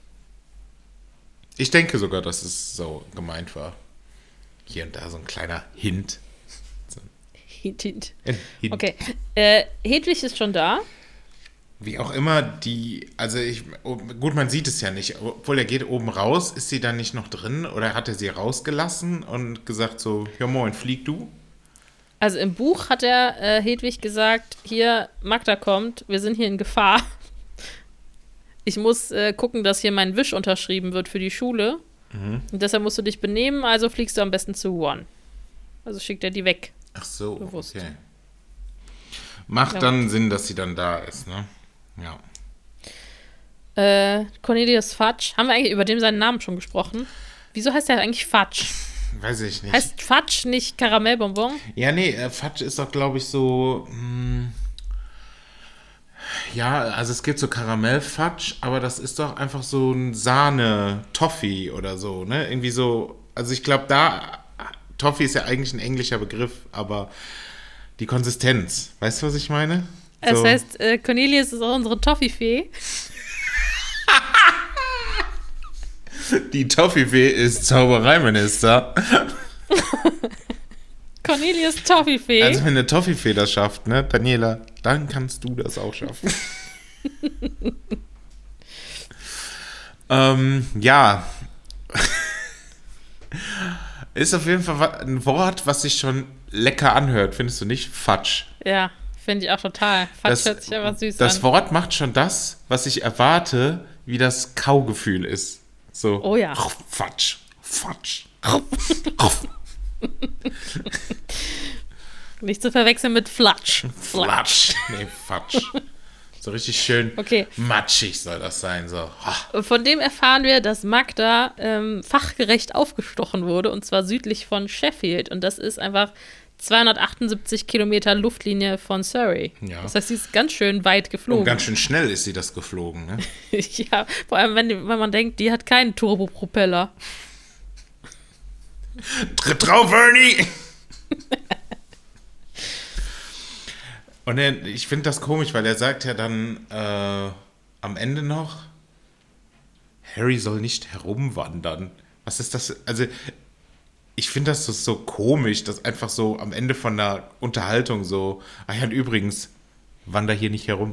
Ich denke sogar, dass es so gemeint war. Hier und da so ein kleiner Hint. Hint, hint. Ein Hint. Okay. Äh, Hedwig ist schon da. Wie auch immer, die, also ich, oh, gut, man sieht es ja nicht, obwohl er geht oben raus, ist sie dann nicht noch drin oder hat er sie rausgelassen und gesagt so, ja moin, flieg du? Also im Buch hat er äh, Hedwig gesagt, hier, Magda kommt, wir sind hier in Gefahr. Ich muss äh, gucken, dass hier mein Wisch unterschrieben wird für die Schule. Mhm. Und deshalb musst du dich benehmen, also fliegst du am besten zu One. Also schickt er die weg. Ach so, Bewusst. okay. Macht Ja. dann Sinn, dass sie dann da ist, ne? Ja. Äh, Cornelius Fudge, haben wir eigentlich über dem seinen Namen schon gesprochen? Wieso heißt er eigentlich Fudge? weiß ich nicht. Heißt Fudge nicht Karamellbonbon? Ja, nee, äh, Fudge ist doch, glaube ich, so. Mh, ja, also es gibt so Karamell-Fudge, aber das ist doch einfach so ein Sahne-Toffee oder so, ne? Irgendwie so. Also ich glaube, da. Toffee ist ja eigentlich ein englischer Begriff, aber die Konsistenz. Weißt du, was ich meine? Das So. heißt, äh, Cornelius ist auch unsere Toffee-Fee. Die Toffee-Fee ist Zaubereiminister. Cornelius Toffee-Fee. Also wenn eine Toffee-Fee das schafft, ne, Daniela, dann kannst du das auch schaffen. ähm, ja. Ist auf jeden Fall ein Wort, was sich schon lecker anhört, findest du nicht? Fudge. Ja, finde ich auch total. Fudge Das, hört sich einfach süß das an. Wort macht schon das, was ich erwarte, wie das Kaugefühl ist. So. Oh ja. Fudge. Fudge. Nicht zu verwechseln mit Flatsch. Flatsch. Nee, Fudge. So richtig schön Okay. matschig soll das sein. So. Ha. Von dem erfahren wir, dass Magda ähm, fachgerecht aufgestochen wurde, und zwar südlich von Sheffield. Und das ist einfach zweihundertachtundsiebzig Kilometer Luftlinie von Surrey. Ja. Das heißt, sie ist ganz schön weit geflogen. Und ganz schön schnell ist sie das geflogen. Ne? Ja, vor allem, wenn, die, wenn man denkt, die hat keinen Turbopropeller. Tritt drauf, Ernie! Und er, ich finde das komisch, weil er sagt ja dann äh, am Ende noch, Harry soll nicht herumwandern. Was ist das? Also, ich finde das so, so komisch, dass einfach so am Ende von einer Unterhaltung so, ach ja, und übrigens, wander hier nicht herum.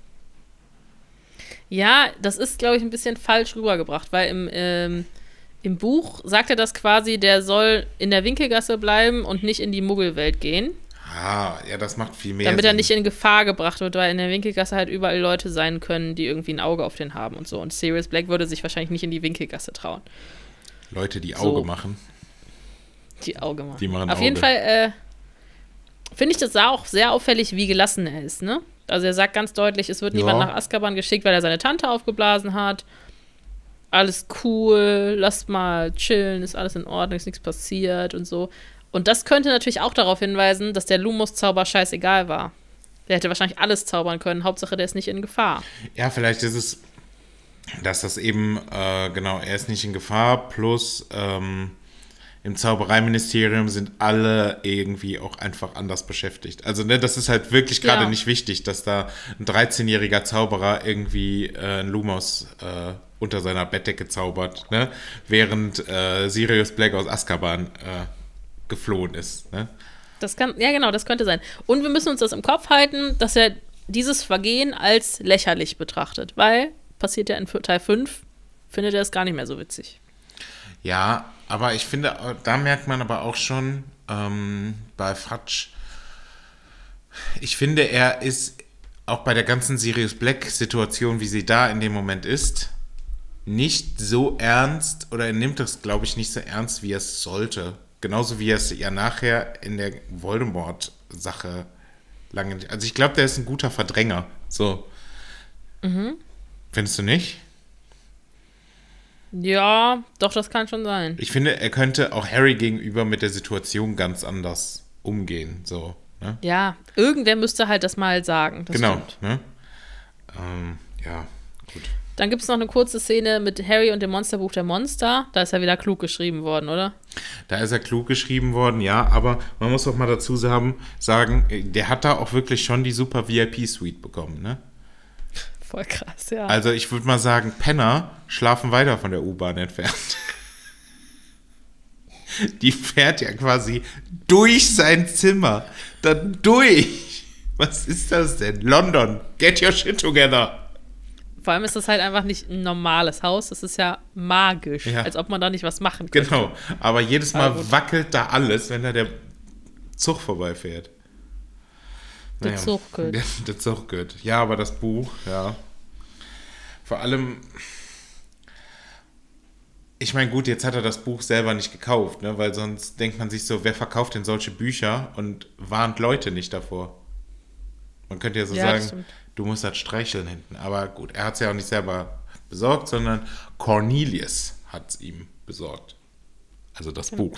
Ja, das ist, glaube ich, ein bisschen falsch rübergebracht, weil im, ähm, im Buch sagt er das quasi, der soll in der Winkelgasse bleiben und nicht in die Muggelwelt gehen. Ah, ja, das macht viel mehr Damit Sinn. er nicht in Gefahr gebracht wird, weil in der Winkelgasse halt überall Leute sein können, die irgendwie ein Auge auf den haben und so. Und Sirius Black würde sich wahrscheinlich nicht in die Winkelgasse trauen. Leute, die Auge So. machen. Die Auge machen. Die machen Auf Auge. jeden Fall äh, finde ich das da auch sehr auffällig, wie gelassen er ist, ne? Also er sagt ganz deutlich, es wird Ja. niemand nach Azkaban geschickt, weil er seine Tante aufgeblasen hat. Alles cool, lasst mal chillen, ist alles in Ordnung, ist nichts passiert und so. Und das könnte natürlich auch darauf hinweisen, dass der Lumos-Zauber scheißegal war. Der hätte wahrscheinlich alles zaubern können, Hauptsache der ist nicht in Gefahr. Ja, vielleicht ist es, dass das eben, äh, genau, er ist nicht in Gefahr, plus ähm, im Zaubereiministerium sind alle irgendwie auch einfach anders beschäftigt. Also, ne, das ist halt wirklich gerade Ja. nicht wichtig, dass da ein dreizehnjähriger Zauberer irgendwie äh, ein Lumos äh, unter seiner Bettdecke zaubert, ne, während äh, Sirius Black aus Azkaban äh, geflohen ist, ne? Das kann, ja genau, das könnte sein. Und wir müssen uns das im Kopf halten, dass er dieses Vergehen als lächerlich betrachtet, weil, passiert ja in Teil fünf, findet er es gar nicht mehr so witzig. Ja, aber ich finde, da merkt man aber auch schon ähm, bei Fudge, ich finde, er ist auch bei der ganzen Sirius Black-Situation, wie sie da in dem Moment ist, nicht so ernst, oder er nimmt das, glaube ich, nicht so ernst, wie er es sollte. Genauso wie er es ja nachher in der Voldemort-Sache lange nicht. Also ich glaube, der ist ein guter Verdränger. So. Mhm. Findest du nicht? Ja, doch, das kann schon sein. Ich finde, er könnte auch Harry gegenüber mit der Situation ganz anders umgehen. So, ne? Ja, irgendwer müsste halt das mal sagen. Das Genau. stimmt. Ne? Ähm, ja, gut. Dann gibt es noch eine kurze Szene mit Harry und dem Monsterbuch der Monster. Da ist er wieder klug geschrieben worden, oder? Da ist er klug geschrieben worden, ja, aber man muss auch mal dazu sagen, sagen, der hat da auch wirklich schon die super V I P-Suite bekommen, ne? Voll krass, ja. Also ich würde mal sagen, Penner schlafen weiter von der U-Bahn entfernt. Die fährt ja quasi durch sein Zimmer. Da durch. Was ist das denn? London, get your shit together. Vor allem ist das halt einfach nicht ein normales Haus, das ist ja magisch, Ja. als ob man da nicht was machen könnte. Genau, aber jedes Mal Aber gut. wackelt da alles, wenn da der Zug vorbeifährt. Der Zug geht. Der, der Zug geht. Ja, aber das Buch, ja. Vor allem, ich meine, gut, jetzt hat er das Buch selber nicht gekauft, ne? Weil sonst denkt man sich so, wer verkauft denn solche Bücher und warnt Leute nicht davor? Man könnte ja so Ja, das sagen, stimmt. du musst das streicheln hinten. Aber gut, er hat es ja auch nicht selber besorgt, sondern Cornelius hat es ihm besorgt. Also das Buch.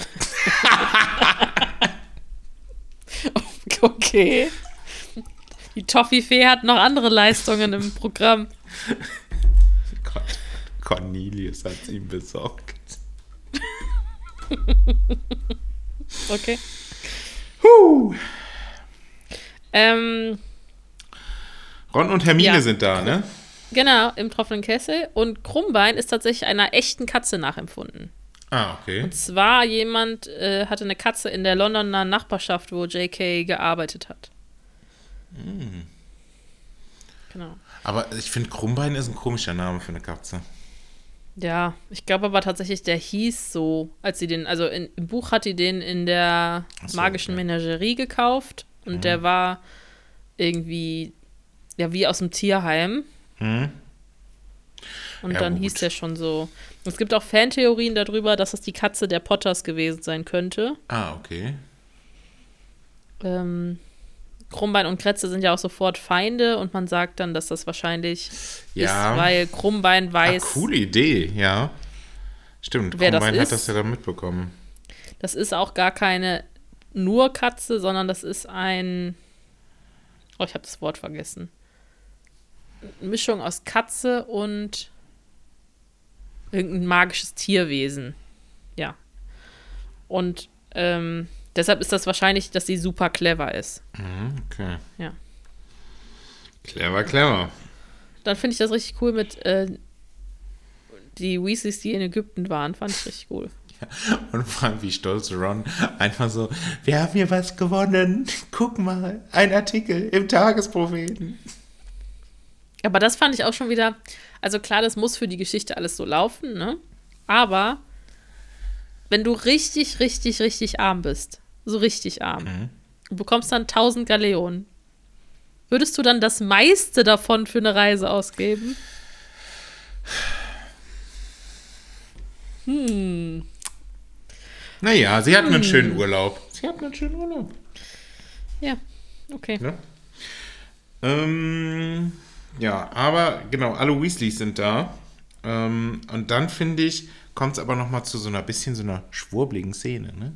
Okay. Die Toffifee hat noch andere Leistungen im Programm. Gott, Cornelius hat es ihm besorgt. Okay. Huh. Ähm, Ron und Hermine ja. sind da, ne? Genau, im tropfenden Kessel. Und Krummbein ist tatsächlich einer echten Katze nachempfunden. Ah, okay. Und zwar jemand äh, hatte eine Katze in der Londoner Nachbarschaft, wo J K gearbeitet hat. Mm. Genau. Aber ich finde, Krummbein ist ein komischer Name für eine Katze. Ja, ich glaube aber tatsächlich, der hieß so, als sie den, also in, im Buch hat die den in der so, magischen okay. Menagerie gekauft und Mhm. der war irgendwie, ja, wie aus dem Tierheim. Hm? Und Ja, dann gut. hieß der schon so. Es gibt auch Fantheorien darüber, dass es die Katze der Potters gewesen sein könnte. Ah, okay. Ähm, Krummbein und Kretze sind ja auch sofort Feinde und man sagt dann, dass das wahrscheinlich Ja. ist, weil Krummbein Ah, weiß, coole Idee, ja. Stimmt, Wer das Krummbein hat ist. das ja dann mitbekommen. das ist auch gar keine nur Katze, sondern das ist ein, oh, ich habe das Wort vergessen. Eine Mischung aus Katze und irgendein magisches Tierwesen. Ja. Und ähm, deshalb ist das wahrscheinlich, dass sie super clever ist. Mhm, okay. Ja. Clever, clever. Dann finde ich das richtig cool mit äh, die Weasleys, die in Ägypten waren. Fand ich richtig cool. Und vor allem, wie stolz Ron einfach so, wir haben hier was gewonnen. Guck mal, ein Artikel im Tagespropheten. Aber das fand ich auch schon wieder, also klar, das muss für die Geschichte alles so laufen, ne? Aber wenn du richtig, richtig, richtig arm bist, so richtig arm, Mhm. und bekommst dann tausend Galeonen, würdest du dann das meiste davon für eine Reise ausgeben? Hm. Naja, sie hatten einen schönen Urlaub. Sie hatten einen schönen Urlaub. Ja, okay. Ne? Ähm, ja, aber genau, alle Weasleys sind da. Ähm, und dann, finde ich, kommt es aber noch mal zu so einer bisschen so einer schwurbligen Szene, ne?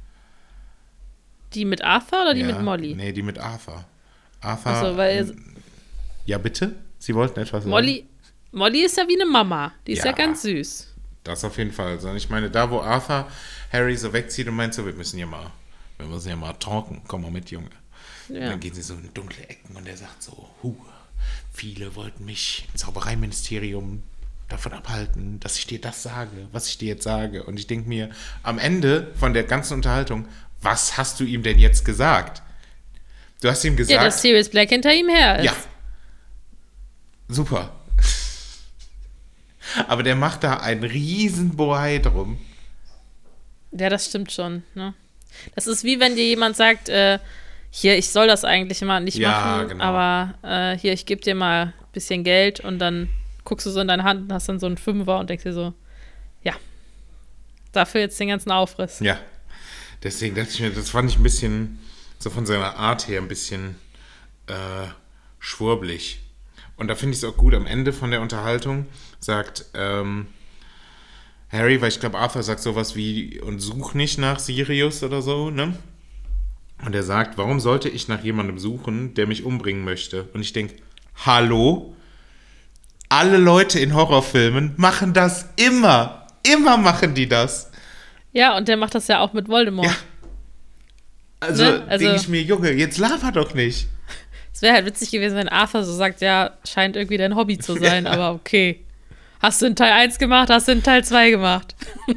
Die mit Arthur oder die ja, mit Molly? Nee, die mit Arthur. Arthur. Ach so, weil- ähm, ja, bitte? Sie wollten etwas sagen? Molly, Molly ist ja wie eine Mama. Die ist ja, Ja. ganz süß. Das auf jeden Fall. Sondern ich meine, da, wo Arthur Harry so wegzieht und meint so, wir müssen ja mal, wir müssen ja mal talken, komm mal mit, Junge. Und Ja. dann gehen sie so in dunkle Ecken und er sagt so, hu, viele wollten mich im Zaubereiministerium davon abhalten, dass ich dir das sage, was ich dir jetzt sage. Und ich denke mir, am Ende von der ganzen Unterhaltung, was hast du ihm denn jetzt gesagt? Du hast ihm Ja, gesagt, dass Sirius Black hinter ihm her ist. ja, super. Aber der macht da einen riesen Bohai drum. Ja, das stimmt schon. Ne? Das ist wie wenn dir jemand sagt, äh, hier, ich soll das eigentlich mal nicht Ja, machen, genau. aber äh, hier, ich gebe dir mal ein bisschen Geld und dann guckst du so in deine Hand und hast dann so einen Fünfer und denkst dir so, ja, dafür jetzt den ganzen Aufriss. Ja, deswegen dachte ich mir, das fand ich ein bisschen, so von seiner Art her, ein bisschen äh, schwurblig. Und da finde ich es auch gut, am Ende von der Unterhaltung sagt ähm, Harry, weil ich glaube, Arthur sagt sowas wie, und such nicht nach Sirius oder so, ne? Und er sagt, warum sollte ich nach jemandem suchen, der mich umbringen möchte? Und ich denke, hallo? Alle Leute in Horrorfilmen machen das immer. Immer machen die das. Ja, und der macht das ja auch mit Voldemort. Ja. Also, Ne? Also- denke ich mir, Junge, jetzt laber doch nicht. Es wäre halt witzig gewesen, wenn Arthur so sagt, ja, scheint irgendwie dein Hobby zu sein, Ja. aber okay. Hast du in Teil eins gemacht, hast du in Teil zwei gemacht.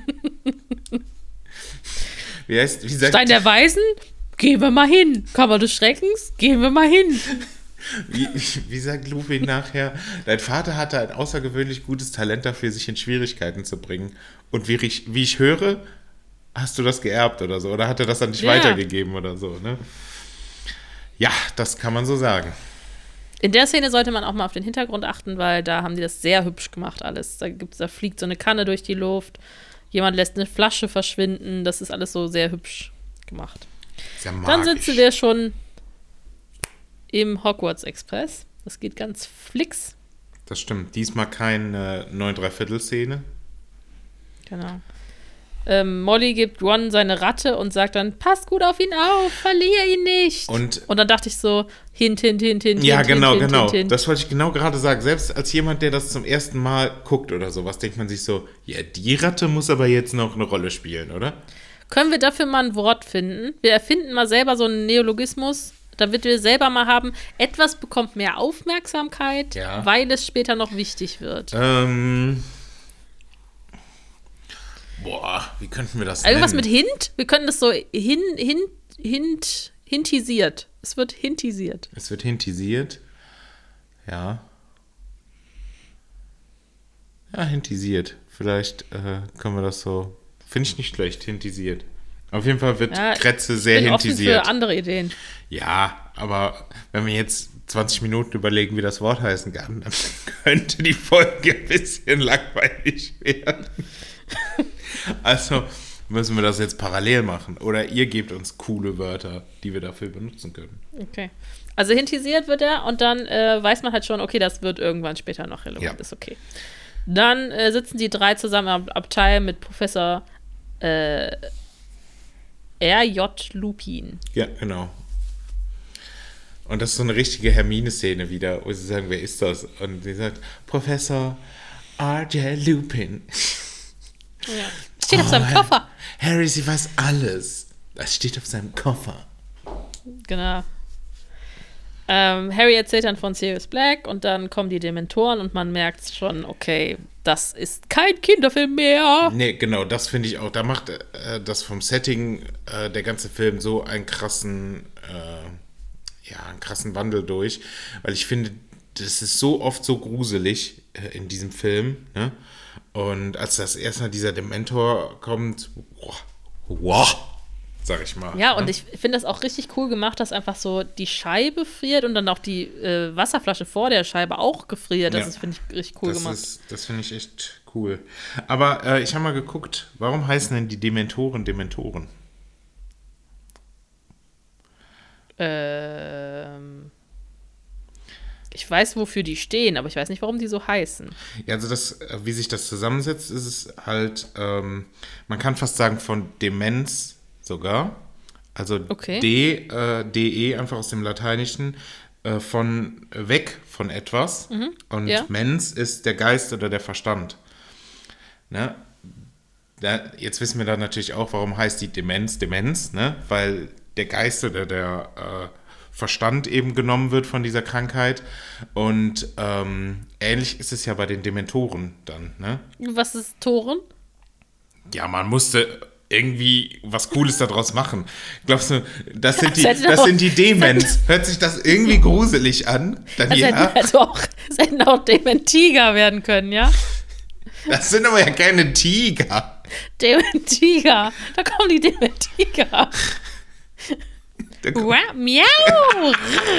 Wie heißt, wie sagt, Stein der Weisen? Gehen wir mal hin. Kammer des Schreckens? Gehen wir mal hin. wie, wie sagt Lupin nachher, dein Vater hatte ein außergewöhnlich gutes Talent dafür, sich in Schwierigkeiten zu bringen. Und wie ich, wie ich höre, hast du das geerbt oder so. Oder hat er das an dich Ja. weitergegeben oder so, ne? Ja, das kann man so sagen. In der Szene sollte man auch mal auf den Hintergrund achten, weil da haben die das sehr hübsch gemacht alles. Da, gibt's, da fliegt so eine Kanne durch die Luft, jemand lässt eine Flasche verschwinden, das ist alles so sehr hübsch gemacht. Sehr magisch. Dann sitzen wir schon im Hogwarts Express. Das geht ganz flix. Das stimmt. Diesmal keine neun Dreiviertel-Szene. Genau. ähm, Molly gibt Ron seine Ratte und sagt dann, passt gut auf ihn auf, verliere ihn nicht. Und, und dann dachte ich so, hint, hint, hint, hint, ja, hint, genau, hint, genau. hint, hint. Das wollte ich genau gerade sagen. Selbst als jemand, der das zum ersten Mal guckt oder sowas, denkt man sich so, ja, die Ratte muss aber jetzt noch eine Rolle spielen, oder? Können wir dafür mal ein Wort finden? Wir erfinden mal selber so einen Neologismus, damit wir selber mal haben, etwas bekommt mehr Aufmerksamkeit, ja. weil es später noch wichtig wird. Ähm... Boah, wie könnten wir das nennen? Irgendwas mit Hint? Wir können das so hin, hin, hint, hintisiert. Es wird hintisiert. Es wird hintisiert. Ja. Ja, hintisiert. Vielleicht äh, können wir das so. Finde ich nicht schlecht, hintisiert. Auf jeden Fall wird ja, Kretze sehr ich bin hintisiert. Offen für andere Ideen. Ja, aber wenn wir jetzt zwanzig Minuten überlegen, wie das Wort heißen kann, dann könnte die Folge ein bisschen langweilig werden. Also müssen wir das jetzt parallel machen. Oder ihr gebt uns coole Wörter, die wir dafür benutzen können. Okay. Also hintisiert wird er und dann äh, weiß man halt schon, okay, das wird irgendwann später noch relevant. Ja. Ist okay. Dann äh, sitzen die drei zusammen am Abteil mit Professor äh, R J Lupin. Ja, genau. Und das ist so eine richtige Hermine-Szene wieder, wo sie sagen, wer ist das? Und sie sagt, Professor R J Lupin. Ja. Steht auf oh, seinem Koffer. Harry, sie weiß alles. Das steht auf seinem Koffer. Genau. Ähm, Harry erzählt dann von Sirius Black und dann kommen die Dementoren und man merkt schon, okay, das ist kein Kinderfilm mehr. Nee, genau, das finde ich auch. Da macht äh, das vom Setting äh, der ganze Film so einen krassen, äh, ja, einen krassen Wandel durch. Weil ich finde, das ist so oft so gruselig äh, in diesem Film, ne? Und als das erstmal dieser Dementor kommt, wow, wow, sag ich mal. Ja, ne? Und ich finde das auch richtig cool gemacht, dass einfach so die Scheibe friert und dann auch die äh, Wasserflasche vor der Scheibe auch gefriert. Das ja. finde ich richtig cool das gemacht. Ist, das finde ich echt cool. Aber äh, ich habe mal geguckt, warum heißen denn die Dementoren Dementoren? Ähm... Ich weiß, wofür die stehen, aber ich weiß nicht, warum die so heißen. Ja, also das, wie sich das zusammensetzt, ist es halt, ähm, man kann fast sagen von Demenz sogar. Also okay. D, äh, de einfach aus dem Lateinischen, äh, von weg von etwas. Mhm. Und ja. Mens ist der Geist oder der Verstand. Ne? Da, jetzt wissen wir dann natürlich auch, warum heißt die Demenz Demenz, ne? Weil der Geist oder der äh, Verstand eben genommen wird von dieser Krankheit. Und ähm, ähnlich ist es ja bei den Dementoren dann, ne? Was ist Toren? Ja, man musste irgendwie was Cooles daraus machen. Glaubst du, das sind die, das sind die Demens. Hört sich das irgendwie gruselig an? Dann das ja. hätten also auch, das hätten auch Dementiger werden können, ja? Das sind aber ja keine Tiger. Dementiger. Da kommen die Dementiger. Wow, miau!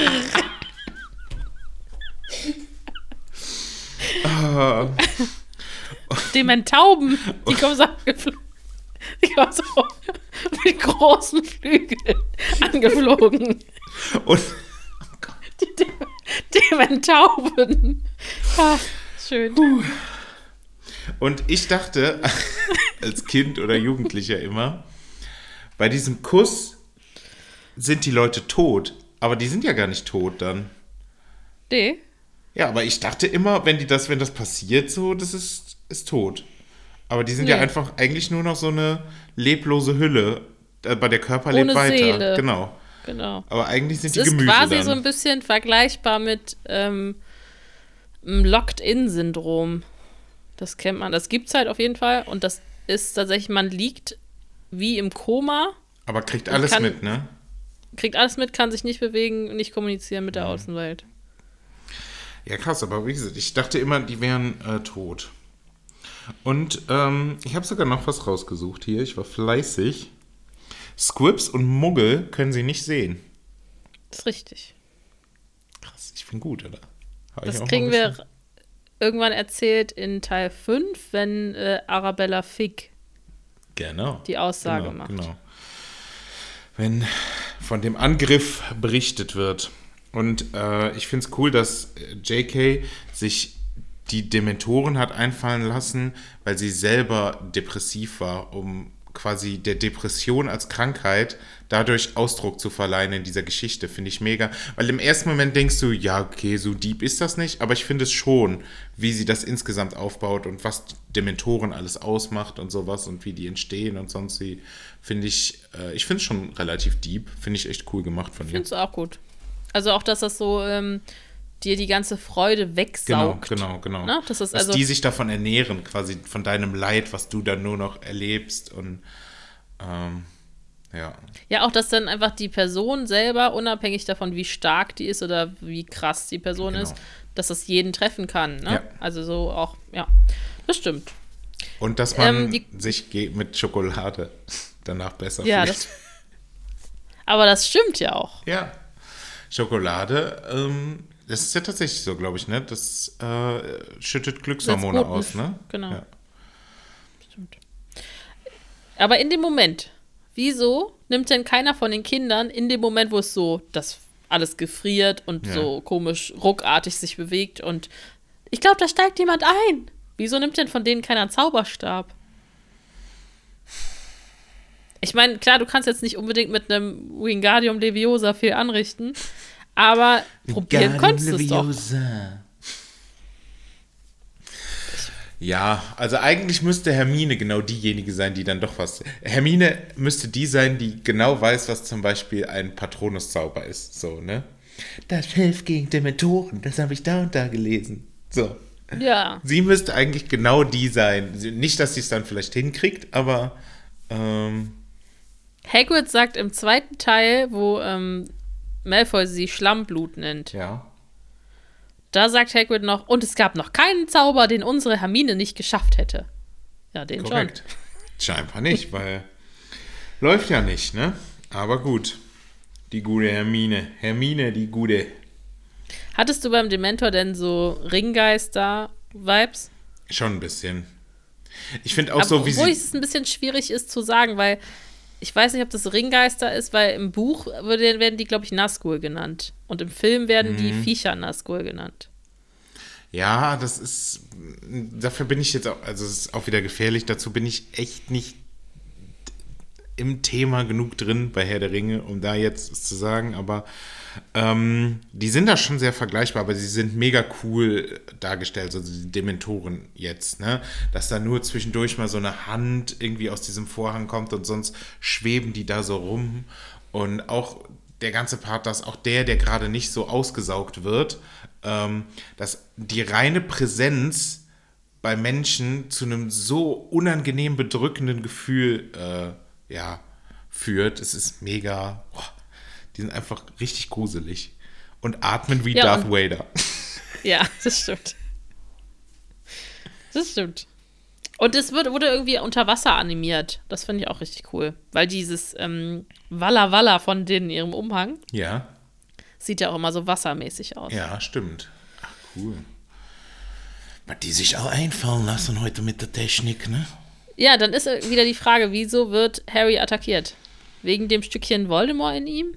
oh. Dementauben. Die kommen so angeflogen. Die kommen so mit großen Flügeln angeflogen. Und oh Gott. Die De- Dementauben. Ah, schön. Puh. Und ich dachte, als Kind oder Jugendlicher immer, bei diesem Kuss sind die Leute tot. Aber die sind ja gar nicht tot dann. Nee. Ja, aber ich dachte immer, wenn die das, wenn das passiert, so, das ist, ist tot. Aber die sind nee. ja einfach eigentlich nur noch so eine leblose Hülle. Aber der Körper Ohne lebt weiter. Seele. Genau. Genau. Aber eigentlich sind es die Gemüse ist quasi dann. so ein bisschen vergleichbar mit ähm, einem Locked-In-Syndrom. Das kennt man. Das gibt's halt auf jeden Fall. Und das ist tatsächlich, man liegt wie im Koma. Aber kriegt alles kann, mit, ne? Kriegt alles mit, kann sich nicht bewegen, nicht kommunizieren mit der mhm. Außenwelt. Ja, krass, aber wie gesagt, ich dachte immer, die wären äh, tot. Und ähm, ich habe sogar noch was rausgesucht hier. Ich war fleißig. Squibs und Muggel können sie nicht sehen. Das ist richtig. Krass, ich bin gut, oder? Hab das kriegen wir irgendwann erzählt in Teil fünf, wenn äh, Arabella Figg genau. die Aussage genau, macht. Genau. Wenn von dem Angriff berichtet wird. Und äh, ich finde es cool, dass J K sich die Dementoren hat einfallen lassen, weil sie selber depressiv war, um quasi der Depression als Krankheit dadurch Ausdruck zu verleihen in dieser Geschichte, finde ich mega. Weil im ersten Moment denkst du, ja, okay, so deep ist das nicht, aber ich finde es schon, wie sie das insgesamt aufbaut und was Dementoren alles ausmacht und sowas und wie die entstehen und sonst wie, finde ich, äh, ich finde es schon relativ deep, finde ich echt cool gemacht von ihr. Findest du auch gut. Also auch, dass das so ähm, dir die ganze Freude wegsaugt. Genau, genau, genau. Ne? Das ist Dass also die sich davon ernähren, quasi von deinem Leid, was du dann nur noch erlebst und ähm, ja. Ja, auch, dass dann einfach die Person selber, unabhängig davon, wie stark die ist oder wie krass die Person Genau. ist, dass das jeden treffen kann. Ne? Ja. Also so auch, ja, das stimmt. Und dass man Ähm, die- sich ge- mit Schokolade danach besser Ja, fühlt. das, aber das stimmt ja auch. Ja. Schokolade, ähm, das ist ja tatsächlich so, glaube ich, ne? Das äh, schüttet Glückshormone Setzt aus, Boten- ne? Genau. Ja. Stimmt. Aber in dem Moment, wieso nimmt denn keiner von den Kindern in dem Moment, wo es so, das alles gefriert und Ja. so komisch ruckartig sich bewegt und ich glaube, da steigt jemand ein. Wieso nimmt denn von denen keiner einen Zauberstab? Ich meine, klar, du kannst jetzt nicht unbedingt mit einem Wingardium Leviosa viel anrichten, aber probieren könntest du es doch. Ja, also eigentlich müsste Hermine genau diejenige sein, die dann doch was. Hermine müsste die sein, die genau weiß, was zum Beispiel ein Patronuszauber ist. So, ne? Das hilft gegen Dementoren, das habe ich da und da gelesen. So. Ja. Sie müsste eigentlich genau die sein. Nicht, dass sie es dann vielleicht hinkriegt, aber ähm, Hagrid sagt im zweiten Teil, wo ähm, Malfoy sie Schlammblut nennt, ja. da sagt Hagrid noch, und es gab noch keinen Zauber, den unsere Hermine nicht geschafft hätte. Ja, den Korrekt. Scheinbar nicht, weil läuft ja nicht, ne? Aber gut. Die gute Hermine. Hermine, die gute. schon. Hattest du beim Dementor denn so Ringgeister-Vibes? Schon ein bisschen. Ich finde auch so, wie Obwohl sie. es ein bisschen schwierig ist zu sagen, weil ich weiß nicht, ob das Ringgeister ist, weil im Buch würde- werden die, glaube ich, Nazgul genannt. Und im Film werden Mhm. die Viecher Nazgul genannt. Ja, das ist. Dafür bin ich jetzt auch. Also, es ist auch wieder gefährlich. Dazu bin ich echt nicht im Thema genug drin bei Herr der Ringe, um da jetzt was zu sagen. Aber ähm, die sind da schon sehr vergleichbar, aber sie sind mega cool dargestellt. Also, die Dementoren jetzt, ne? Dass da nur zwischendurch mal so eine Hand irgendwie aus diesem Vorhang kommt und sonst schweben die da so rum. Und auch der ganze Part, dass auch der, der gerade nicht so ausgesaugt wird, ähm, dass die reine Präsenz bei Menschen zu einem so unangenehm bedrückenden Gefühl äh, ja, führt. Es ist mega, boah, die sind einfach richtig gruselig und atmen wie Ja, Darth und- Vader. Ja, das stimmt. Das stimmt. Und es wird, wurde irgendwie unter Wasser animiert. Das finde ich auch richtig cool. Weil dieses ähm, Walla Walla von denen in ihrem Umhang Ja, sieht ja auch immer so wassermäßig aus. ja, stimmt. Ach, cool. Was die sich auch einfallen lassen heute mit der Technik, ne? Ja, dann ist wieder die Frage, wieso wird Harry attackiert? Wegen dem Stückchen Voldemort in ihm?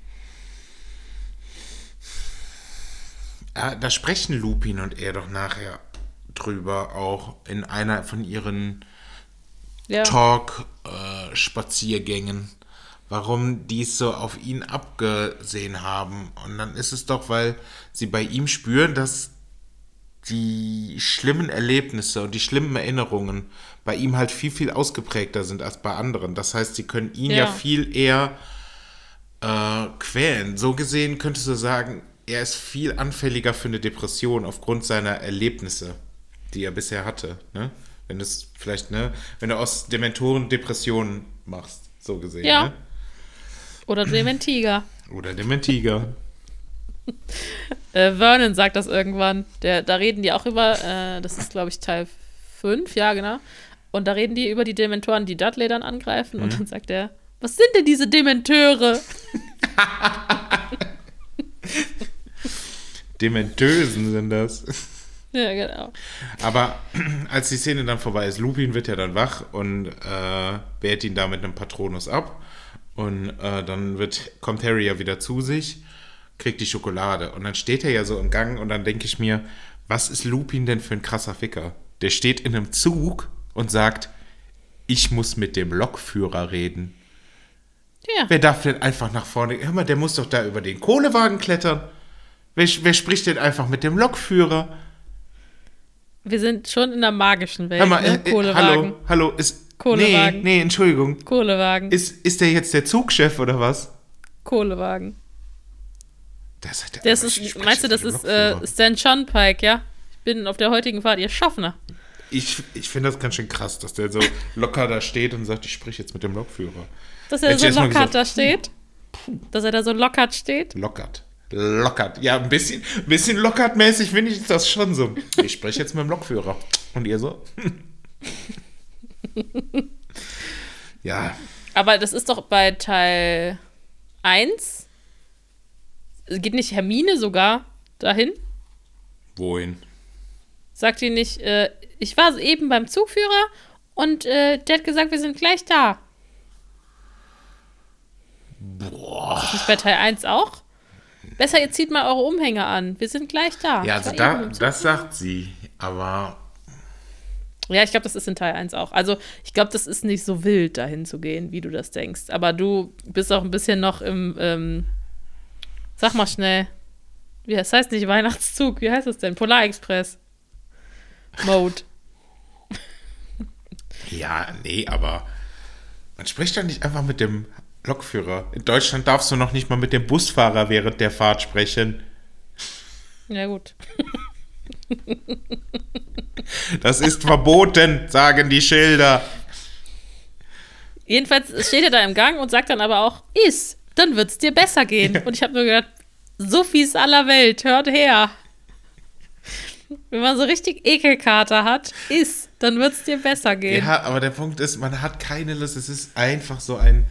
Ah, da sprechen Lupin und er doch nachher drüber, auch in einer von ihren Ja. Talk-Spaziergängen, warum die es so auf ihn abgesehen haben. Und dann ist es doch, weil sie bei ihm spüren, dass die schlimmen Erlebnisse und die schlimmen Erinnerungen bei ihm halt viel, viel ausgeprägter sind als bei anderen. Das heißt, sie können ihn ja, Ja. viel eher äh, quälen. So gesehen könntest du sagen, er ist viel anfälliger für eine Depression aufgrund seiner Erlebnisse, die er bisher hatte. Ne? Wenn du es vielleicht, ne, wenn du aus Dementoren Depressionen machst, so gesehen. Ja. Ne? Oder Dementiger. Oder Dementiger. Äh, Vernon sagt das irgendwann. Der, da reden die auch über, äh, das ist, glaube ich, Teil fünf, ja, genau. Und da reden die über die Dementoren, die Dudley dann angreifen. Und dann sagt er, was sind denn diese Dementeure? Dementösen sind das. Ja, genau. Aber als die Szene dann vorbei ist, Lupin wird ja dann wach und äh, wehrt ihn da mit einem Patronus ab. Und äh, dann wird, kommt Harry ja wieder zu sich, kriegt die Schokolade. Und dann steht er ja so im Gang und dann denke ich mir, was ist Lupin denn für ein krasser Ficker? Der steht in einem Zug und sagt, ich muss mit dem Lokführer reden. Ja. Wer darf denn einfach nach vorne? Hör mal, der muss doch da über den Kohlewagen klettern. Wer, wer spricht denn einfach mit dem Lokführer? Wir sind schon in der magischen Welt, Hör mal, ne? äh, äh, Kohlewagen. hallo, hallo, ist... Kohlewagen. Nee, nee, Entschuldigung. Kohlewagen. Ist, ist der jetzt der Zugchef oder was? Kohlewagen. Das, hat der Das ist, meinst du, das ist äh, Stan Shunpike, ja? Ich bin auf der heutigen Fahrt ihr Schaffner. Ich, ich finde das ganz schön krass, dass der so locker da steht und sagt, ich spreche jetzt mit dem Lokführer. Dass er Hätte so ich erst mal lockert gesagt, da steht? Dass er da so lockert steht? Lockert. Lockert. Ja, ein bisschen, bisschen lockert-mäßig finde ich das schon so. Ich spreche jetzt mit dem Lokführer. Und ihr so? Ja. Aber das ist doch bei Teil eins. Geht nicht Hermine sogar dahin? Wohin? Sagt die nicht, äh, ich war eben beim Zugführer und äh, der hat gesagt, wir sind gleich da. Boah. Ist das nicht bei Teil eins auch? Besser, ihr zieht mal eure Umhänge an. Wir sind gleich da. Ja, also Ich war da, eben im das Zugführer. sagt sie, aber Ja, ich glaube, das ist in Teil eins auch. Also, ich glaube, das ist nicht so wild, dahin zu gehen, wie du das denkst. Aber du bist auch ein bisschen noch im, ähm, sag mal schnell, wie das heißt nicht Weihnachtszug, wie heißt das denn? Polarexpress. Mode. ja, nee, aber man spricht doch nicht einfach mit dem Lokführer. In Deutschland darfst du noch nicht mal mit dem Busfahrer während der Fahrt sprechen. Ja, gut. Das ist verboten, sagen die Schilder. Jedenfalls steht er da im Gang und sagt dann aber auch, iss, dann wird's dir besser gehen. Und ich habe nur gedacht, Sophies aller Welt, hört her. Wenn man so richtig Ekelkater hat, iss, dann wird's dir besser gehen. Ja, aber der Punkt ist, man hat keine Lust. Es ist einfach so ein...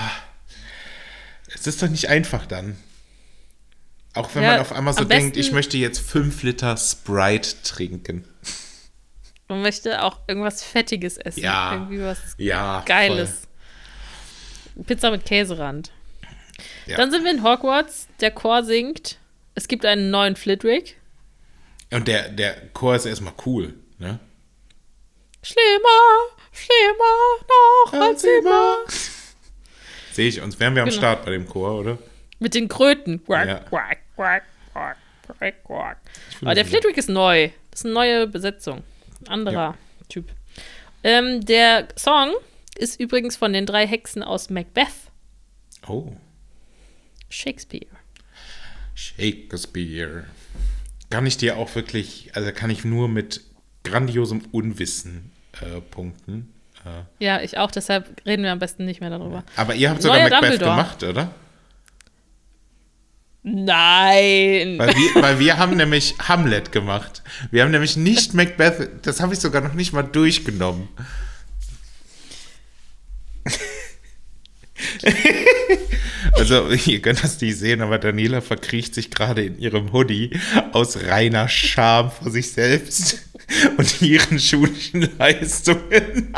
Es ist doch nicht einfach dann. Auch wenn Ja, man auf einmal so am denkt, besten- ich möchte jetzt fünf Liter Sprite trinken. Man möchte auch irgendwas Fettiges essen. Ja. Irgendwie was Ja, Geiles. Pizza mit Käserand. Ja. Dann sind wir in Hogwarts. Der Chor singt. Es gibt einen neuen Flitwick. Und der, der Chor ist erstmal cool, ne? Schlimmer, schlimmer, noch als immer. Sehe ich uns. Wären wir am Genau. Start bei dem Chor, oder? Mit den Kröten. Quack, Ja. quack, quack, quack, quack, quack. fühl Aber der mich Flitwick ist neu. Das ist eine neue Besetzung. Anderer Ja. Typ. Ähm, der Song ist übrigens von den drei Hexen aus Macbeth. Oh. Shakespeare. Shakespeare. Kann ich dir auch wirklich, also kann ich nur mit grandiosem Unwissen äh, punkten. Äh, Ja, ich auch, deshalb reden wir am besten nicht mehr darüber. aber ihr habt sogar Neuer Macbeth Dumbledore. gemacht, oder? Nein. Weil wir, weil wir haben nämlich Hamlet gemacht. Wir haben nämlich nicht Macbeth, das habe ich sogar noch nicht mal durchgenommen. Also, ihr könnt das nicht sehen, aber Daniela verkriecht sich gerade in ihrem Hoodie aus reiner Scham vor sich selbst und ihren schulischen Leistungen.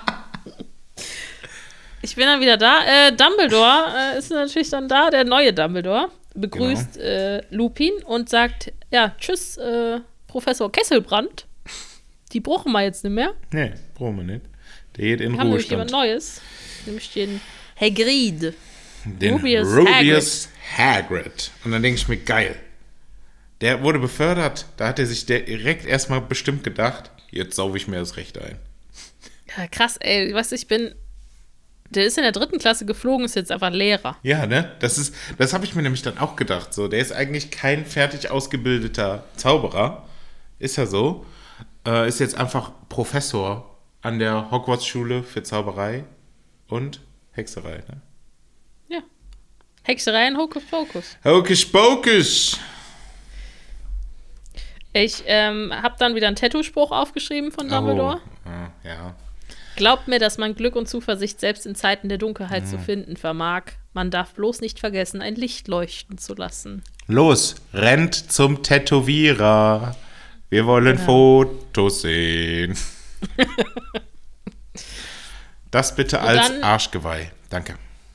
Ich bin dann wieder da. Äh, Dumbledore äh, ist natürlich dann da, der neue Dumbledore. Begrüßt Genau. äh, Lupin und sagt, ja, tschüss, äh, Professor Kesselbrand. Die brauchen wir jetzt nicht mehr. Nee, brauchen wir nicht. Der geht in Wir haben nämlich jemand Ruhestand. Neues. Nämlich den Hagrid. Den Rubius Rubius Hagrid. Und dann denke ich mir, geil. Der wurde befördert. Da hat er sich direkt erstmal bestimmt gedacht, jetzt sauge ich mir das Recht ein. Ja, krass, ey. Weißt du, ich bin. Der ist in der dritten Klasse geflogen, ist jetzt einfach Lehrer. Ja, ne? Das ist, das habe ich mir nämlich dann auch gedacht. So, der ist eigentlich kein fertig ausgebildeter Zauberer. Ist er so. Äh, ist jetzt einfach Professor an der Hogwarts-Schule für Zauberei und Hexerei, ne? Ja. Hexerei und Hokus Pokus. Hokus Pokus! Ich ähm, habe dann wieder einen Tattoo-Spruch aufgeschrieben von Dumbledore. Oh, ah, ja. Glaubt mir, dass man Glück und Zuversicht selbst in Zeiten der Dunkelheit zu finden vermag. Man darf bloß nicht vergessen, ein Licht leuchten zu lassen. Los, rennt zum Tätowierer. Wir wollen Genau. Fotos sehen. Das bitte als dann- Arschgeweih. Danke.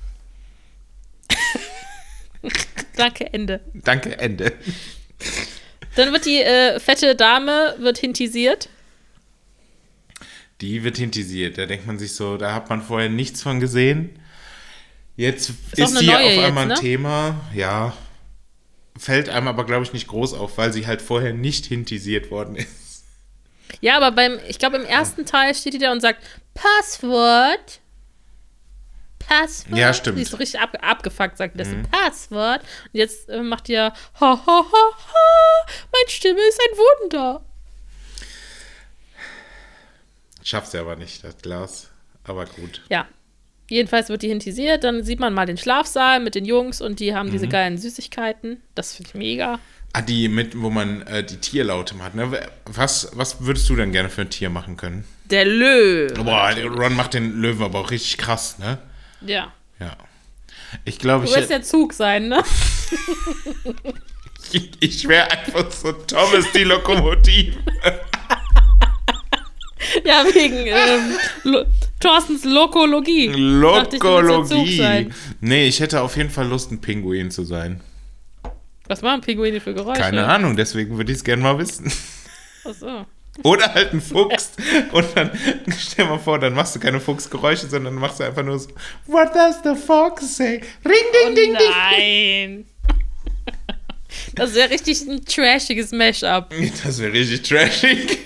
Danke, Ende. Danke, Ende. Dann wird die äh, fette Dame wird hintisiert. Die wird hintisiert. Da denkt man sich so, da hat man vorher nichts von gesehen. Jetzt ist, ist sie auf einmal jetzt, ne? ein Thema. Ja, fällt einem aber, glaube ich, nicht groß auf, weil sie halt vorher nicht hintisiert worden ist. Ja, aber beim, ich glaube, im ersten Teil steht die da und sagt, Passwort. Passwort. Ja, stimmt. Die ist so richtig ab, abgefuckt, sagt das mhm. Passwort. Und jetzt äh, macht die ja, ha, ha, ha, ha, meine Stimme ist ein Wunder. Schafft sie aber nicht, das Glas. Aber gut. Ja. Jedenfalls wird die hintisiert, dann sieht man mal den Schlafsaal mit den Jungs und die haben mhm. diese geilen Süßigkeiten. Das finde ich mega. Ah, die mit, wo man äh, die Tierlaute hat, ne? Was, was würdest du denn gerne für ein Tier machen können? Der Löwe. Boah, Ron macht den Löwen aber auch richtig krass, ne? Ja. Ja. Ich glaube, ich... Du wirst der Zug sein, ne? ich ich wäre einfach so Thomas die Lokomotive. Ja, wegen ähm, Lo- Thorstens Lokologie. Lokologie. Nee, ich hätte auf jeden Fall Lust, ein Pinguin zu sein. Was machen Pinguine für Geräusche? Keine Ahnung, deswegen würde ich es gerne mal wissen. Ach so. Oder halt ein Fuchs. Und dann, stell mal vor, dann machst du keine Fuchsgeräusche, sondern machst du einfach nur so, what does the fox say? Ring, ding, oh, ding, ding. Nein. Das wäre richtig ein trashiges Mashup. Das wäre richtig trashig.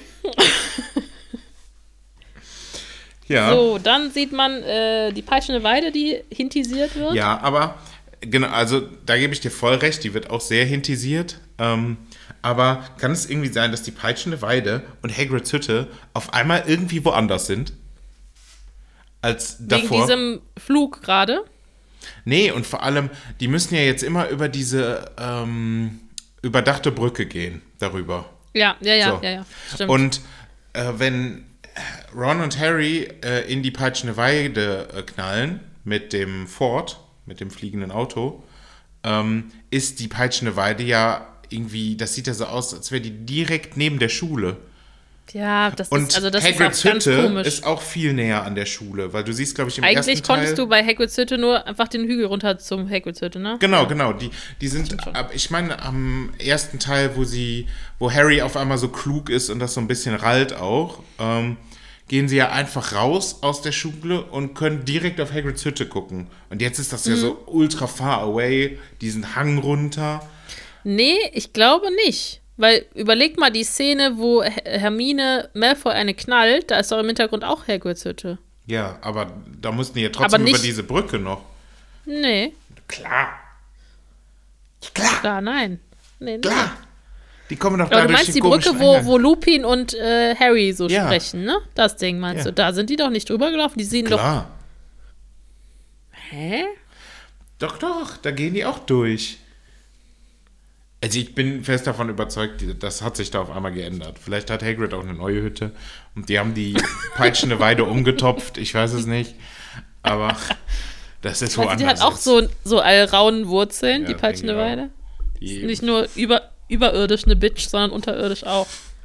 Ja. So, dann sieht man äh, die peitschende Weide, die hintisiert wird. Ja, aber genau, also da gebe ich dir voll recht, die wird auch sehr hintisiert. Ähm, aber kann es irgendwie sein, dass die peitschende Weide und Hagrids Hütte auf einmal irgendwie woanders sind? Als davor? Wegen diesem Flug gerade? Nee, und vor allem, die müssen ja jetzt immer über diese ähm, überdachte Brücke gehen, darüber. Ja, ja, ja, so. ja, ja, stimmt. Und äh, wenn Ron und Harry äh, in die peitschende Weide äh, knallen mit dem Ford, mit dem fliegenden Auto, ähm, ist die peitschende Weide ja irgendwie, das sieht ja so aus, als wäre die direkt neben der Schule. Ja, das und ist, also das Hagrids ist auch ganz Hütte komisch. ist auch viel näher an der Schule, weil du siehst, glaube ich, im Eigentlich ersten Teil... Eigentlich konntest du bei Hagrids Hütte nur einfach den Hügel runter zum Hagrids Hütte, ne? Genau, ja. genau. Die, die sind, ab, ich meine, am ersten Teil, wo sie, wo Harry auf einmal so klug ist und das so ein bisschen rallt auch, ähm, gehen sie ja einfach raus aus der Schule und können direkt auf Hagrids Hütte gucken. Und jetzt ist das mhm. ja so ultra far away, diesen Hang runter. Nee, ich glaube nicht. Weil, überleg mal die Szene, wo Hermine Malfoy eine knallt, da ist doch im Hintergrund auch Hagrids Hütte. Ja, aber da mussten die ja trotzdem nicht, über diese Brücke noch. Nee. Klar. Klar. Klar, nein. Nee, Klar. Nee. Die kommen doch aber da du durch meinst die Brücke, wo, wo Lupin und äh, Harry so ja. sprechen, ne? Das Ding meinst ja. du? Da sind die doch nicht drüber gelaufen. Die sehen Klar. doch... Hä? Doch, doch. Da gehen die auch durch. Also ich bin fest davon überzeugt, das hat sich da auf einmal geändert. Vielleicht hat Hagrid auch eine neue Hütte und die haben die peitschende Weide umgetopft. Ich weiß es nicht. Aber das ist woanders. Die hat auch so, so allrauen Wurzeln, ja, die peitschende Weide. Die ist nicht nur über, überirdisch eine Bitch, sondern unterirdisch auch.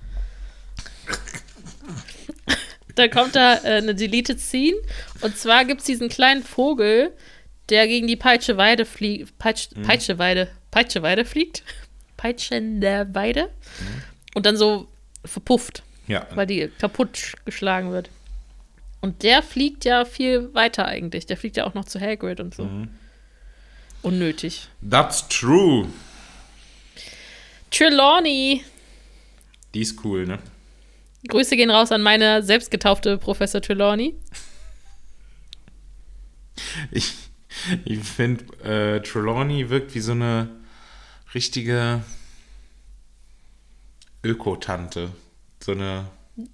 Da kommt da äh, eine Deleted Scene. Und zwar gibt es diesen kleinen Vogel, der gegen die Peitsche Weide fliegt. Peitsch, mhm. Peitsche Weide. Peitsche Weide fliegt. Peitschende Weide. Mhm. Und dann so verpufft. Ja. Weil die kaputt geschlagen wird. Und der fliegt ja viel weiter eigentlich. Der fliegt ja auch noch zu Hagrid und so. Mhm. Unnötig. That's true. Trelawney. Die ist cool, ne? Grüße gehen raus an meine selbstgetaufte Professor Trelawney. Ich, ich finde, äh, Trelawney wirkt wie so eine richtige Öko-Tante. So eine...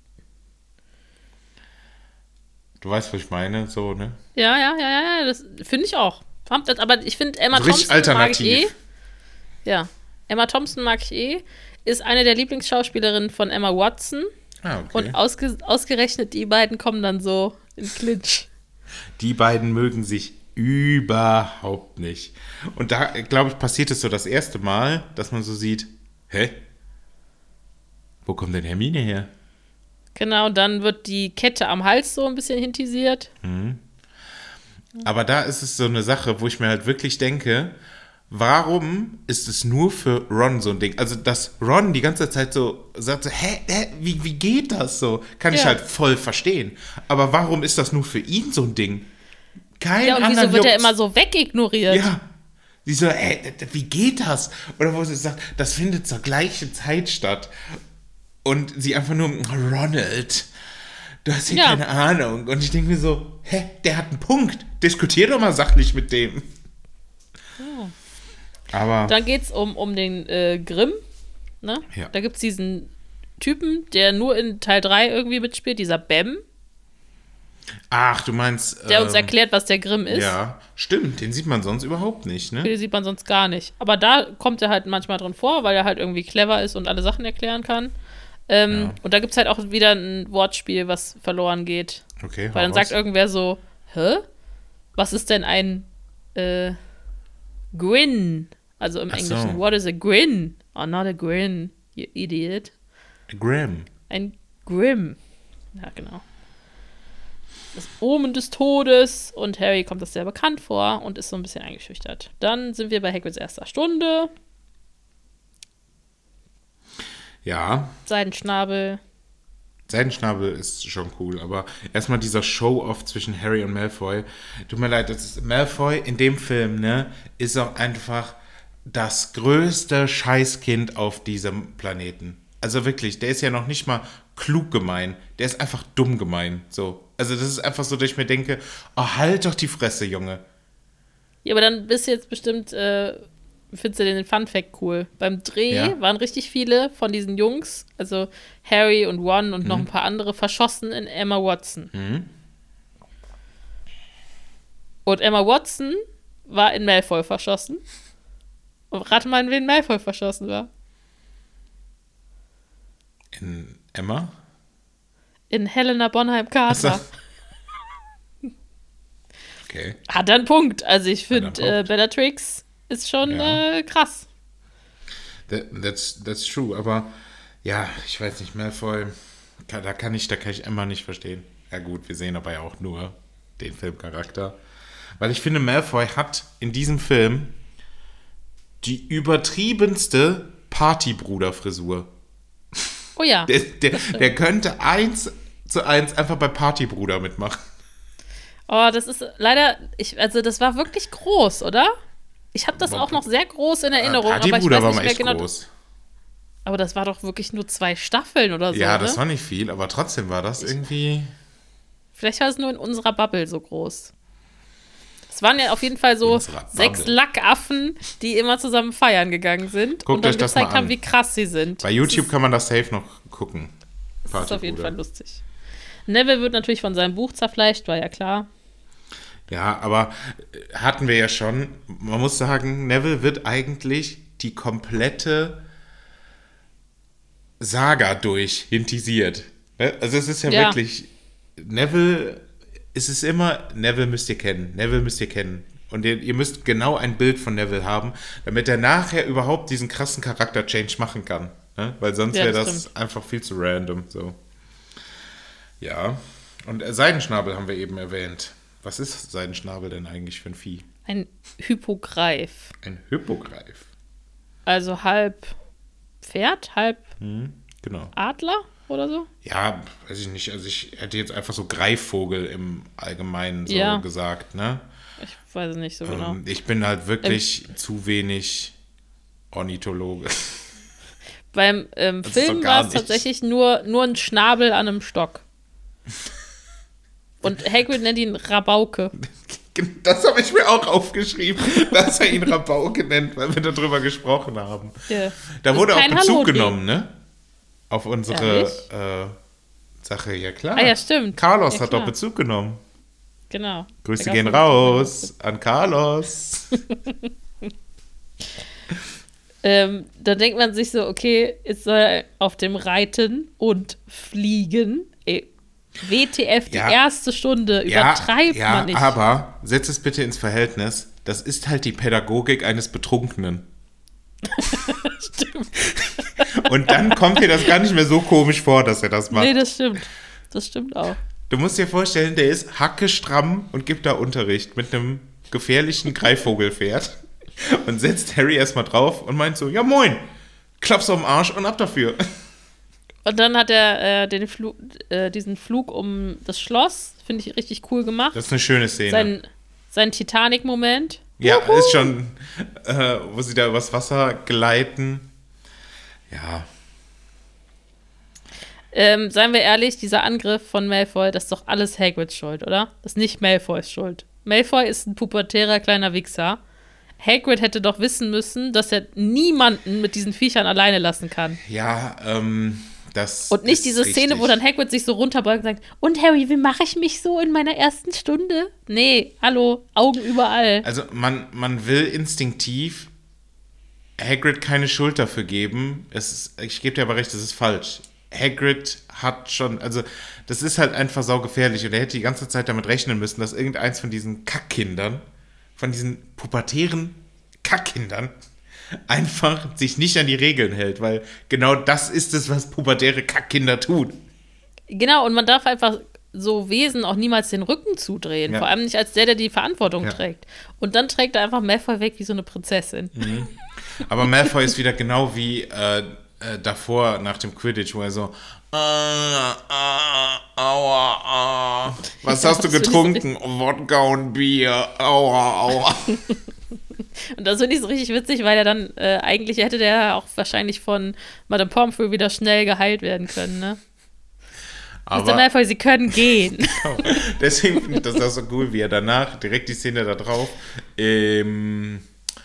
Du weißt, was ich meine, so, ne? Ja, ja, ja, ja, das finde ich auch. Aber ich finde, Emma so Thompson alternativ. mag ich eh. Ja, Emma Thompson mag ich eh. Ist eine der Lieblingsschauspielerinnen von Emma Watson. Ah, okay. Und ausge- ausgerechnet die beiden kommen dann so in Clinch. Die beiden mögen sich überhaupt nicht. Und da, glaube ich, passiert es so das erste Mal, dass man so sieht, hä? Wo kommt denn Hermine her? Genau, dann wird die Kette am Hals so ein bisschen hintisiert. Mhm. Aber da ist es so eine Sache, wo ich mir halt wirklich denke, warum ist es nur für Ron so ein Ding? Also, dass Ron die ganze Zeit so sagt, so, hä, hä wie, wie geht das so? Kann ja. ich halt voll verstehen. Aber warum ist das nur für ihn so ein Ding? Kein ja, und wieso wird er immer so wegignoriert? Ja. Sie so, ey, wie geht das? Oder wo sie sagt, das findet zur gleichen Zeit statt. Und sie einfach nur, Ronald, du hast hier ja. keine Ahnung. Und ich denke mir so, hä, der hat einen Punkt. Diskutier doch mal sachlich mit dem. Ja. Aber dann geht's um, um den äh, Grimm. Ne? Ja. Da gibt's diesen Typen, der nur in Teil drei irgendwie mitspielt, dieser Bam. Ach, du meinst... Der ähm, uns erklärt, was der Grimm ist. Ja, stimmt. Den sieht man sonst überhaupt nicht, ne? Den sieht man sonst gar nicht. Aber da kommt er halt manchmal drin vor, weil er halt irgendwie clever ist und alle Sachen erklären kann. Ähm, ja. Und da gibt es halt auch wieder ein Wortspiel, was verloren geht. Okay, weil dann sagt irgendwer so, hä? Was ist denn ein äh, Grin? Also im Ach Englischen, so. what is a grin? Oh, not a grin, you idiot. A Grim. Ein Grimm. Ja, genau. Das Omen des Todes und Harry kommt das sehr bekannt vor und ist so ein bisschen eingeschüchtert. Dann sind wir bei Hagrids erster Stunde. Ja. Seidenschnabel. Seidenschnabel ist schon cool, aber erstmal dieser Show-Off zwischen Harry und Malfoy. Tut mir leid, das ist Malfoy in dem Film, ne, ist auch einfach das größte Scheißkind auf diesem Planeten. Also wirklich, der ist ja noch nicht mal klug gemein, der ist einfach dumm gemein, so. Also das ist einfach so, dass ich mir denke, oh, halt doch die Fresse, Junge. Ja, aber dann bist du jetzt bestimmt, äh, findest du den Funfact cool. Beim Dreh ja. waren richtig viele von diesen Jungs, also Harry und Ron und mhm. noch ein paar andere, verschossen in Emma Watson. Mhm. Und Emma Watson war in Malfoy verschossen. Und rate mal, in wen Malfoy verschossen war. In Emma? In Helena Bonham Carter. Okay. Hat er einen Punkt. Also ich finde, äh, Bellatrix ist schon ja. äh, krass. That, that's, that's true. Aber ja, ich weiß nicht, Malfoy, da kann ich, da kann ich Emma nicht verstehen. Ja gut, wir sehen aber ja auch nur den Filmcharakter. Weil ich finde, Malfoy hat in diesem Film die übertriebenste Partybruder-Frisur. Oh ja. Der, der, der könnte eins zu eins einfach bei Partybruder mitmachen. Oh, das ist leider, ich, also das war wirklich groß, oder? Ich habe das auch noch sehr groß in Erinnerung. Partybruder aber ich weiß war nicht mal mehr echt genau, groß. Aber das war doch wirklich nur zwei Staffeln oder so, Ja, das ne? war nicht viel, aber trotzdem war das irgendwie... Vielleicht war es nur in unserer Bubble so groß. Es waren ja auf jeden Fall so sechs Lackaffen, die immer zusammen feiern gegangen sind. Guckt und dann euch das gezeigt mal an. haben, wie krass sie sind. Bei YouTube ist, kann man das safe noch gucken. Das ist auf jeden Fall lustig. Neville wird natürlich von seinem Buch zerfleischt, war ja klar. Ja, aber hatten wir ja schon. Man muss sagen, Neville wird eigentlich die komplette Saga durch hintisiert. Also es ist ja, ja. wirklich, Neville, es ist immer, Neville müsst ihr kennen, Neville müsst ihr kennen. Und ihr, ihr müsst genau ein Bild von Neville haben, damit er nachher überhaupt diesen krassen Charakter-Change machen kann. Ne? Weil sonst ja, wäre das, das einfach viel zu random. So. Ja, und Seidenschnabel haben wir eben erwähnt. Was ist Seidenschnabel denn eigentlich für ein Vieh? Ein Hippogreif. Ein Hippogreif. Also halb Pferd, halb hm, genau. Adler oder so? Ja, weiß ich nicht. Also ich hätte jetzt einfach so Greifvogel im Allgemeinen so ja. gesagt, ne? Ich weiß es nicht so genau. Ähm, ich bin halt wirklich ähm, zu wenig Ornithologe. Beim ähm, Film war es tatsächlich nur, nur ein Schnabel an einem Stock. Und Hagrid nennt ihn Rabauke. Das habe ich mir auch aufgeschrieben, dass er ihn Rabauke nennt, weil wir darüber gesprochen haben. Yeah. Da wurde auch Bezug Hallo genommen, ne? Auf unsere äh, Sache, ja klar. Ah ja, stimmt. Carlos ja, hat doch Bezug genommen. Genau. Grüße gehen raus an Carlos. ähm, da denkt man sich so, okay, jetzt soll er auf dem Reiten und Fliegen. Ey, W T F, die ja. erste Stunde, übertreibt ja, ja, man nicht. Ja, aber setz es bitte ins Verhältnis. Das ist halt die Pädagogik eines Betrunkenen. Stimmt. Und dann kommt dir das gar nicht mehr so komisch vor, dass er das macht. Nee, das stimmt. Das stimmt auch. Du musst dir vorstellen, der ist hackestramm und gibt da Unterricht mit einem gefährlichen Greifvogelpferd. Und setzt Harry erstmal drauf und meint so, ja moin, Klaps auf den Arsch und ab dafür. Und dann hat er äh, den Flu- äh, diesen Flug um das Schloss, finde ich richtig cool gemacht. Das ist eine schöne Szene. Sein, sein Titanic-Moment. Ja, Juhu. ist schon, äh, wo sie da übers Wasser gleiten. Ja. Ähm, seien wir ehrlich, dieser Angriff von Malfoy, das ist doch alles Hagrids Schuld, oder? Das ist nicht Malfoys Schuld. Malfoy ist ein pubertärer kleiner Wichser. Hagrid hätte doch wissen müssen, dass er niemanden mit diesen Viechern alleine lassen kann. Ja, ähm, das Und nicht ist diese Szene, richtig. wo dann Hagrid sich so runterbeugt und sagt, und Harry, wie mache ich mich so in meiner ersten Stunde? Nee, hallo, Augen überall. Also man, man will instinktiv Hagrid keine Schuld dafür geben. Es ist, ich gebe dir aber recht, das ist falsch. Hagrid hat schon, also das ist halt einfach saugefährlich und er hätte die ganze Zeit damit rechnen müssen, dass irgendeins von diesen Kackkindern, von diesen pubertären Kackkindern einfach sich nicht an die Regeln hält, weil genau das ist es, was pubertäre Kackkinder tun. Genau, und man darf einfach so Wesen auch niemals den Rücken zudrehen. Ja. Vor allem nicht als der, der die Verantwortung Ja. trägt. Und dann trägt er einfach Malfoy weg wie so eine Prinzessin. Mhm. Aber Malfoy ist wieder genau wie äh, äh, davor nach dem Quidditch, wo er so ah, ah, aua, ah. Was Ja, hast du das find ich so getrunken? Wodka und Bier. Aua, aua. Und das finde ich so richtig witzig, weil er dann, äh, eigentlich hätte der auch wahrscheinlich von Madame Pomfrey wieder schnell geheilt werden können, ne? Mister Aber Malfoy, Sie können gehen. deswegen finde ich das auch so cool, wie er danach direkt die Szene da drauf im,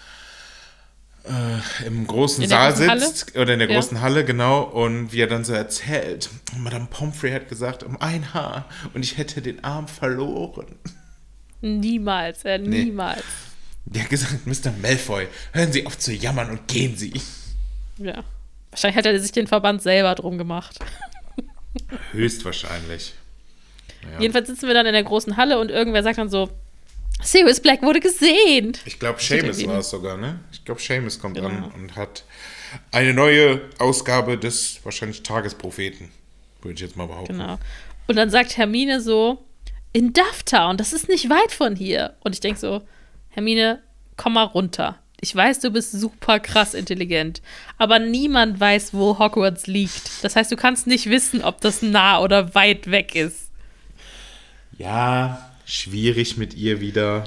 äh, im großen In der Saal großen Halle? sitzt oder in der Ja. großen Halle, genau, und wie er dann so erzählt, Madame Pomfrey hat gesagt, um ein Haar und ich hätte den Arm verloren. Niemals, äh, Nee. niemals. Der hat gesagt, Mister Malfoy, hören Sie auf zu jammern und gehen Sie. Ja. Wahrscheinlich hat er sich den Verband selber drum gemacht. Höchstwahrscheinlich. Ja. Jedenfalls sitzen wir dann in der großen Halle und irgendwer sagt dann so, Sirius Black wurde gesehen. Ich glaube, Steht Seamus irgendwie- war es sogar, ne? Ich glaube, Seamus kommt Genau. an und hat eine neue Ausgabe des wahrscheinlich Tagespropheten, würde ich jetzt mal behaupten. Genau. Und dann sagt Hermine so, in Dufftown, das ist nicht weit von hier. Und ich denke so, Hermine, komm mal runter. Ich weiß, du bist super krass intelligent, aber niemand weiß, wo Hogwarts liegt. Das heißt, du kannst nicht wissen, ob das nah oder weit weg ist. Ja, schwierig mit ihr wieder.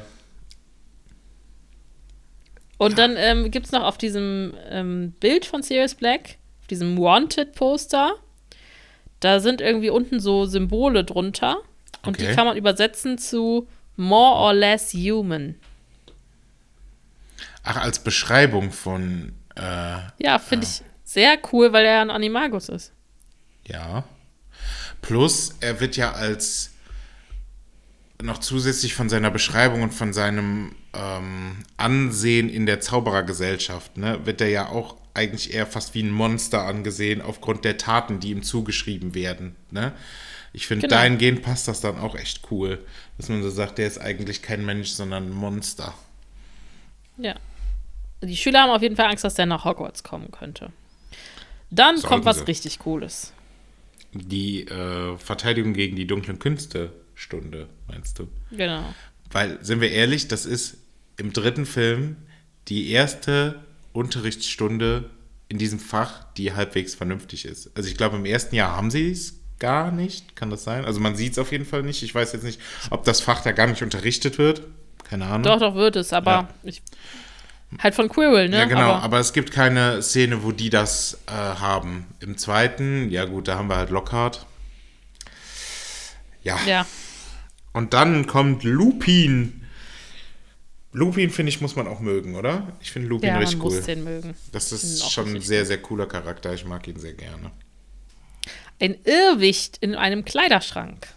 Und dann ähm, gibt es noch auf diesem ähm, Bild von Sirius Black, auf diesem Wanted-Poster, da sind irgendwie unten so Symbole drunter. Und Okay. die kann man übersetzen zu more or less human. Ach, als Beschreibung von, äh, Ja, finde ich sehr cool, weil er ein Animagus ist. ja. Plus, er wird ja als noch zusätzlich von seiner Beschreibung und von seinem ähm, Ansehen in der Zauberergesellschaft, ne, wird er ja auch eigentlich eher fast wie ein Monster angesehen, aufgrund der Taten, die ihm zugeschrieben werden. Ne? Ich finde, Genau. dahingehend passt das dann auch echt cool, dass man so sagt, der ist eigentlich kein Mensch, sondern ein Monster. Ja. Die Schüler haben auf jeden Fall Angst, dass der nach Hogwarts kommen könnte. Dann Sollten kommt was sie. richtig Cooles. Die äh, Verteidigung gegen die dunklen Künste Stunde, meinst du? Genau. Weil, sind wir ehrlich, das ist im dritten Film die erste Unterrichtsstunde in diesem Fach, die halbwegs vernünftig ist. Also ich glaube, im ersten Jahr haben sie es gar nicht, kann das sein? Also man sieht es auf jeden Fall nicht. Ich weiß jetzt nicht, ob das Fach da gar nicht unterrichtet wird. Keine Ahnung. Doch, doch wird es, aber Ja. ich, halt von Quirrell, ne? Ja, genau, Aber, aber es gibt keine Szene, wo die das äh, haben. Im zweiten, ja gut, da haben wir halt Lockhart. Ja. ja. Und dann kommt Lupin. Lupin, finde ich, muss man auch mögen, oder? Ich finde Lupin Ja, man richtig muss cool. den mögen. Das Finden ist auch schon ein richtig sehr, gut. sehr cooler Charakter. Ich mag ihn sehr gerne. Ein Irrwicht in einem Kleiderschrank.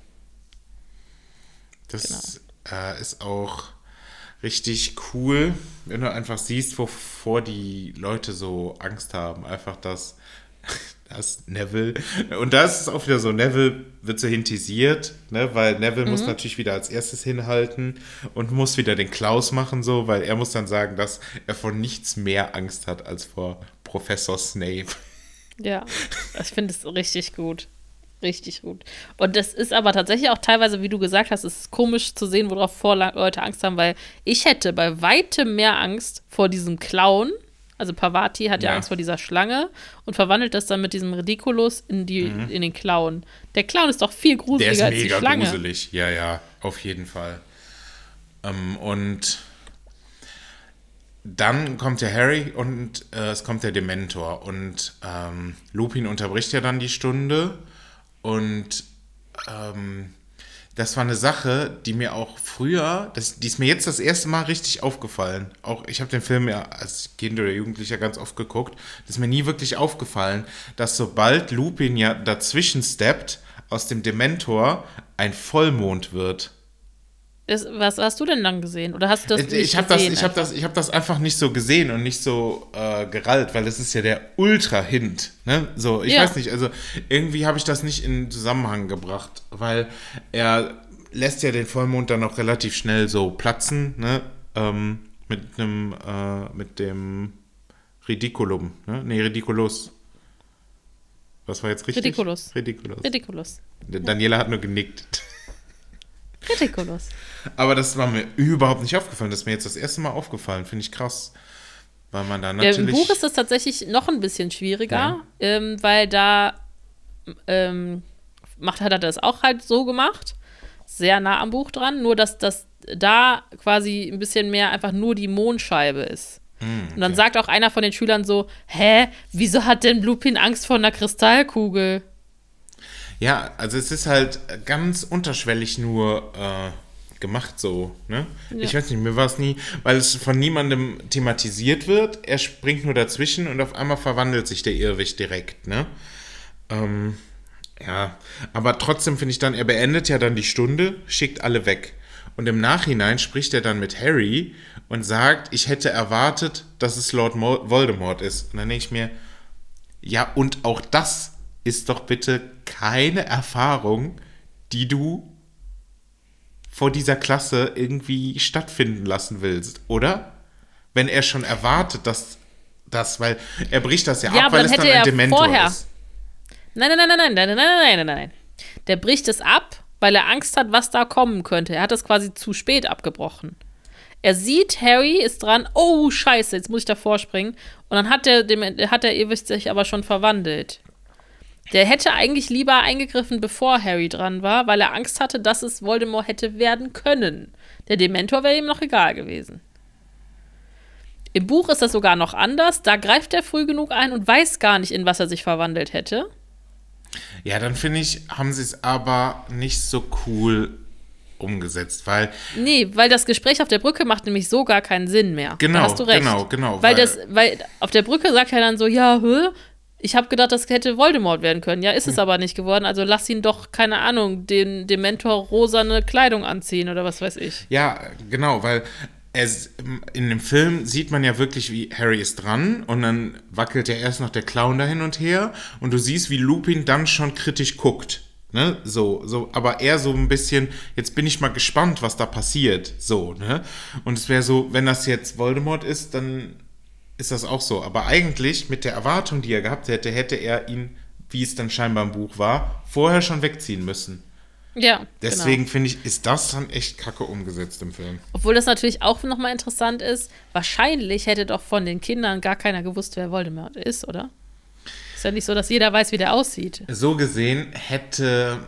Das äh, ist auch richtig cool, wenn du einfach siehst, wovor die Leute so Angst haben. Einfach das, das Neville. Und da ist es auch wieder so, Neville wird so hintisiert, ne, weil Neville muss natürlich wieder als erstes hinhalten und muss wieder den Klaus machen, so, weil er muss dann sagen, dass er vor nichts mehr Angst hat als vor Professor Snape. Ja, ich finde es richtig gut. Richtig gut. Und das ist aber tatsächlich auch teilweise, wie du gesagt hast, es ist komisch zu sehen, worauf vor Leute Angst haben, weil ich hätte bei weitem mehr Angst vor diesem Clown. Also Parvati hat ja, ja Angst vor dieser Schlange und verwandelt das dann mit diesem Ridiculus in, die, mhm. in den Clown. Der Clown ist doch viel gruseliger als die Schlange. Der ist mega gruselig, ja, ja, auf jeden Fall. Ähm, und dann kommt der Harry und äh, es kommt der Dementor. Und ähm, Lupin unterbricht ja dann die Stunde. Und ähm, das war eine Sache, die mir auch früher, das, die ist mir jetzt das erste Mal richtig aufgefallen. Auch ich habe den Film ja als Kind oder Jugendlicher ganz oft geguckt. Das ist mir nie wirklich aufgefallen, dass sobald Lupin ja dazwischen steppt, aus dem Dementor ein Vollmond wird. Ist, was hast du denn dann gesehen? Oder hast du das nicht ich hab gesehen? Das, ich habe das, ich hab das einfach nicht so gesehen und nicht so äh, gerallt, weil es ist ja der Ultra-Hint. Ne? So, ich ja. weiß nicht, also irgendwie habe ich das nicht in Zusammenhang gebracht, weil er lässt ja den Vollmond dann auch relativ schnell so platzen, ne? ähm, mit einem, äh, mit dem Ridiculum, ne? Nee, Ridiculus. Was war jetzt richtig? Ridiculus. Ridiculus. Ridiculus. Daniela hat nur genickt. Ridiculous. Aber das war mir überhaupt nicht aufgefallen. Das ist mir jetzt das erste Mal aufgefallen. Finde ich krass. Weil man da natürlich... Ja, im Buch ist das tatsächlich noch ein bisschen schwieriger, ja. ähm, weil da ähm, macht, hat er das auch halt so gemacht. Sehr nah am Buch dran. Nur, dass das da quasi ein bisschen mehr einfach nur die Mondscheibe ist. Mm, okay. Und dann sagt auch einer von den Schülern so, hä, wieso hat denn Lupin Angst vor einer Kristallkugel? Ja, also es ist halt ganz unterschwellig nur äh, gemacht so, ne? Ja. Ich weiß nicht, mir war es nie, weil es von niemandem thematisiert wird, er springt nur dazwischen und auf einmal verwandelt sich der Irrwicht direkt, ne? Ähm, ja, aber trotzdem finde ich dann, er beendet ja dann die Stunde, schickt alle weg. Und im Nachhinein spricht er dann mit Harry und sagt, ich hätte erwartet, dass es Lord Voldemort ist. Und dann denke ich mir, ja, und auch das ist doch bitte keine Erfahrung, die du vor dieser Klasse irgendwie stattfinden lassen willst, oder? Wenn er schon erwartet, dass das, weil er bricht das ja, ja ab, weil es dann ein Dementor vorher. ist. Nein, nein, nein, nein, nein, nein, nein, nein, nein. Der bricht es ab, weil er Angst hat, was da kommen könnte. Er hat das quasi zu spät abgebrochen. Er sieht, Harry ist dran, oh, scheiße, jetzt muss ich da vorspringen. Und dann hat der, dem, hat der Irrwicht sich aber schon verwandelt. Der hätte eigentlich lieber eingegriffen, bevor Harry dran war, weil er Angst hatte, dass es Voldemort hätte werden können. Der Dementor wäre ihm noch egal gewesen. Im Buch ist das sogar noch anders. Da greift er früh genug ein und weiß gar nicht, in was er sich verwandelt hätte. Ja, dann finde ich, haben sie es aber nicht so cool umgesetzt, weil... Nee, weil das Gespräch auf der Brücke macht nämlich so gar keinen Sinn mehr. Genau, da hast du recht. genau, genau. Weil, weil, das, weil auf der Brücke sagt er dann so, ja, hä? Ich habe gedacht, das hätte Voldemort werden können. Ja, ist es aber nicht geworden. Also lass ihn doch, keine Ahnung, den Dementor rosane Kleidung anziehen oder was weiß ich. Ja, genau, weil es, in dem Film sieht man ja wirklich, wie Harry ist dran und dann wackelt ja erst noch der Clown da hin und her und du siehst, wie Lupin dann schon kritisch guckt. Ne? So, so, aber eher so ein bisschen, jetzt bin ich mal gespannt, was da passiert. So, ne? Und es wäre so, wenn das jetzt Voldemort ist, dann ist das auch so. Aber eigentlich mit der Erwartung, die er gehabt hätte, hätte er ihn, wie es dann scheinbar im Buch war, vorher schon wegziehen müssen. Ja, Deswegen genau. finde ich, ist das dann echt kacke umgesetzt im Film. Obwohl das natürlich auch nochmal interessant ist, wahrscheinlich hätte doch von den Kindern gar keiner gewusst, wer Voldemort ist, oder? Ist ja nicht so, dass jeder weiß, wie der aussieht. So gesehen hätte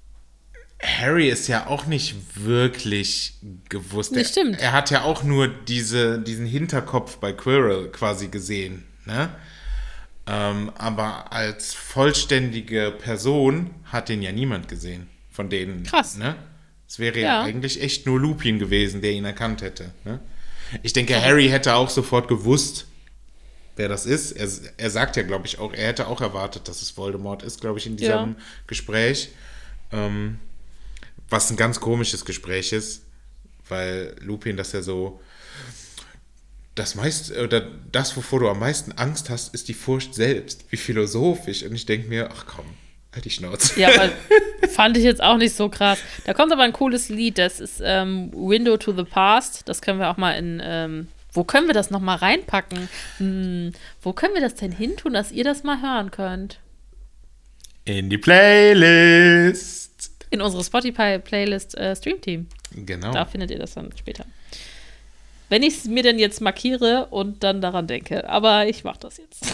Harry es ja auch nicht wirklich gewusst. Nee, stimmt. Er, er hat ja auch nur diese, diesen Hinterkopf bei Quirrell quasi gesehen, ne? Ähm, aber als vollständige Person hat den ja niemand gesehen von denen. Krass. Ne? Es wäre ja. ja eigentlich echt nur Lupin gewesen, der ihn erkannt hätte. Ne? Ich denke, Harry hätte auch sofort gewusst, wer das ist. Er, er sagt ja, glaube ich, auch, er hätte auch erwartet, dass es Voldemort ist, glaube ich, in diesem ja. Gespräch. Ähm, was ein ganz komisches Gespräch ist, weil Lupin das ja so, das meist, oder das, wovor du am meisten Angst hast, ist die Furcht selbst. Wie philosophisch. Und ich denke mir, ach komm, halt die Schnauze. Ja, aber fand ich jetzt auch nicht so krass. Da kommt aber ein cooles Lied, das ist ähm, Window to the Past. Das können wir auch mal in, ähm, wo können wir das nochmal reinpacken? Hm, wo können wir das denn hintun, dass ihr das mal hören könnt? In die Playlist. In unsere Spotify-Playlist äh, Streamteam. Genau. Da findet ihr das dann später. Wenn ich es mir denn jetzt markiere und dann daran denke. Aber ich mache das jetzt.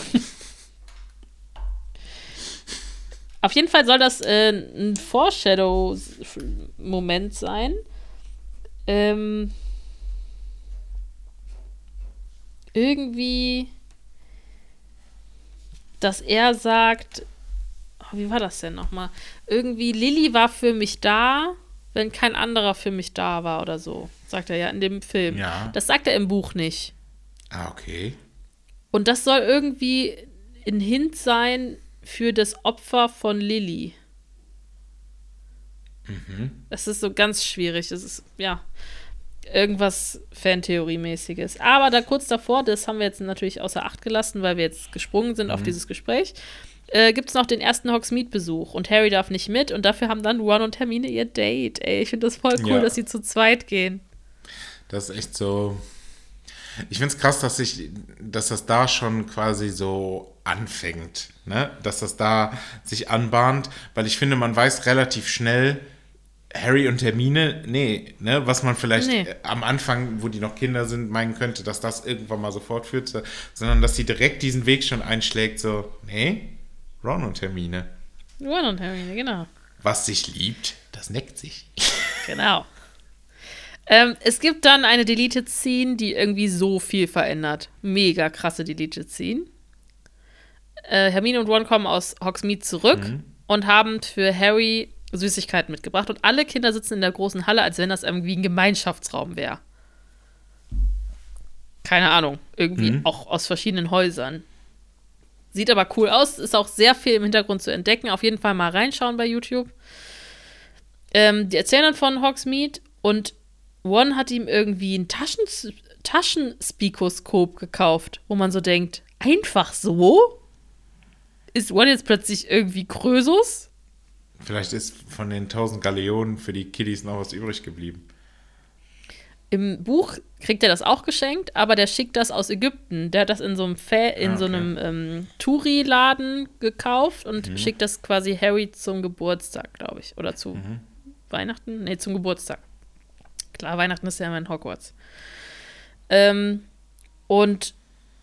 Auf jeden Fall soll das äh, ein Foreshadow-Moment sein. Ähm, irgendwie, dass er sagt, oh, wie war das denn nochmal? Irgendwie, Lily war für mich da, wenn kein anderer für mich da war oder so, sagt er ja in dem Film. Ja. Das sagt er im Buch nicht. Ah, okay. Und das soll irgendwie ein Hint sein für das Opfer von Lily. Mhm. Es ist so ganz schwierig. Es ist, ja, irgendwas Fantheorie-mäßiges. Aber da kurz davor, das haben wir jetzt natürlich außer Acht gelassen, weil wir jetzt gesprungen sind mhm. auf dieses Gespräch, äh, gibt es noch den ersten Hogsmeade-Besuch. Und Harry darf nicht mit. Und dafür haben dann Ron und Hermine ihr Date. Ey, ich finde das voll cool, ja. dass sie zu zweit gehen. Das ist echt so... Ich finde es krass, dass, ich, dass das da schon quasi so anfängt, ne? Dass das da sich anbahnt, weil ich finde, man weiß relativ schnell, Harry und Hermine, nee, ne? Was man vielleicht nee. am Anfang, wo die noch Kinder sind, meinen könnte, dass das irgendwann mal so fortführt, sondern dass sie direkt diesen Weg schon einschlägt, so, nee, Ron und Hermine. Ron und Hermine, genau. Was sich liebt, das neckt sich. Genau. Ähm, es gibt dann eine Deleted Scene, die irgendwie so viel verändert. Mega krasse Deleted Scene. Äh, Hermine und Ron kommen aus Hogsmeade zurück mhm. und haben für Harry Süßigkeiten mitgebracht. Und alle Kinder sitzen in der großen Halle, als wenn das irgendwie ein Gemeinschaftsraum wäre. Keine Ahnung. Irgendwie mhm. auch aus verschiedenen Häusern. Sieht aber cool aus. Ist auch sehr viel im Hintergrund zu entdecken. Auf jeden Fall mal reinschauen bei YouTube. Ähm, die erzählen dann von Hogsmeade und Ron hat ihm irgendwie ein Taschen Taschenspikoskop gekauft, wo man so denkt, einfach so? Ist Ron jetzt plötzlich irgendwie Krösus? Vielleicht ist von den tausend Galeonen für die Kiddies noch was übrig geblieben. Im Buch kriegt er das auch geschenkt, aber der schickt das aus Ägypten. Der hat das in so einem, Fa- in ah, okay. so einem ähm, Touri-Laden gekauft und mhm. schickt das quasi Harry zum Geburtstag, glaube ich. Oder zu mhm. Weihnachten? Nee, zum Geburtstag. Klar, Weihnachten ist ja immer in Hogwarts. Ähm, und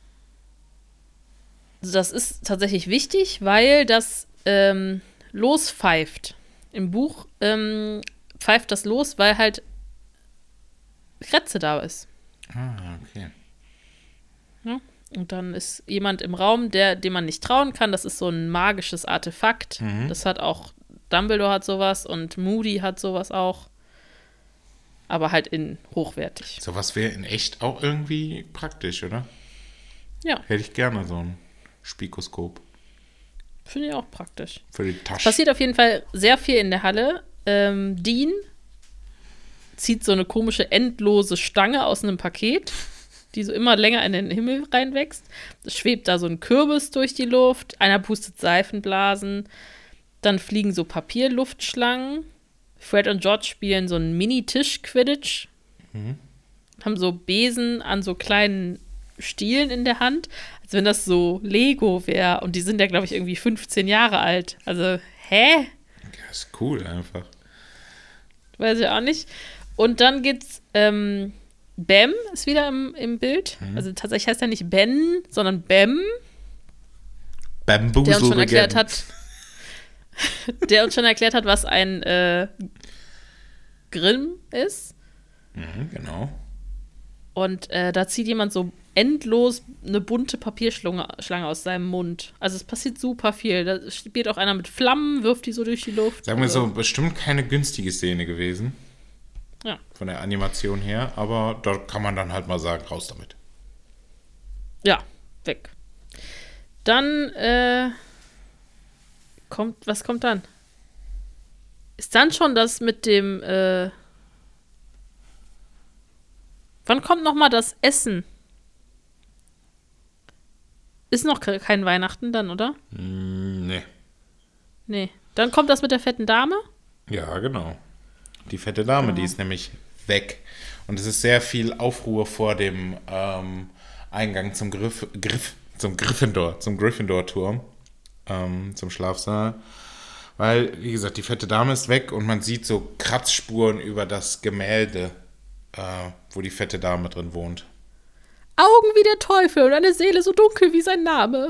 das ist tatsächlich wichtig, weil das ähm, lospfeift. Im Buch ähm, pfeift das los, weil halt Kretze da ist. Ah, okay. Ja, und dann ist jemand im Raum, der, dem man nicht trauen kann. Das ist so ein magisches Artefakt. Mhm. Das hat auch, Dumbledore hat sowas und Moody hat sowas auch. Aber halt in hochwertig. Sowas wäre in echt auch irgendwie praktisch, oder? Ja. Hätte ich gerne so ein Spikoskop. Finde ich auch praktisch. Für die Tasche. Es passiert auf jeden Fall sehr viel in der Halle. Ähm, Dean zieht so eine komische, endlose Stange aus einem Paket, die so immer länger in den Himmel reinwächst. Es schwebt da so ein Kürbis durch die Luft. Einer pustet Seifenblasen. Dann fliegen so Papierluftschlangen. Fred und George spielen so einen Mini-Tisch-Quidditch. Mhm. Haben so Besen an so kleinen Stielen in der Hand, als wenn das so Lego wäre. Und die sind ja, glaube ich, irgendwie fünfzehn Jahre alt. Also, hä? Ja, ist cool einfach. Weiß ich auch nicht. Und dann geht's, ähm, Bam ist wieder im, im Bild. Mhm. Also tatsächlich heißt er nicht Ben, sondern Bam. Bamboozle der uns schon again. erklärt hat, der uns schon erklärt hat, was ein äh, Grimm ist. Mhm, genau. Und äh, da zieht jemand so endlos eine bunte Papierschlange Schlange aus seinem Mund. Also es passiert super viel. Da spielt auch einer mit Flammen, wirft die so durch die Luft. Sagen wir also. so, bestimmt keine günstige Szene gewesen. Ja. Von der Animation her. Aber da kann man dann halt mal sagen, raus damit. Ja, weg. Dann, äh, kommt, was kommt dann? Ist dann schon das mit dem, äh, wann kommt noch mal das Essen? Ist noch kein Weihnachten dann, oder? Mm, nee. Nee. Dann kommt das mit der fetten Dame? Ja, genau. Die fette Dame, genau. Die ist nämlich weg. Und es ist sehr viel Aufruhr vor dem ähm, Eingang zum Griff, Griff, zum Gryffindor, zum Gryffindor-Turm, ähm, zum Schlafsaal. Weil, wie gesagt, die fette Dame ist weg und man sieht so Kratzspuren über das Gemälde, äh, wo die fette Dame drin wohnt. Augen wie der Teufel und eine Seele so dunkel wie sein Name.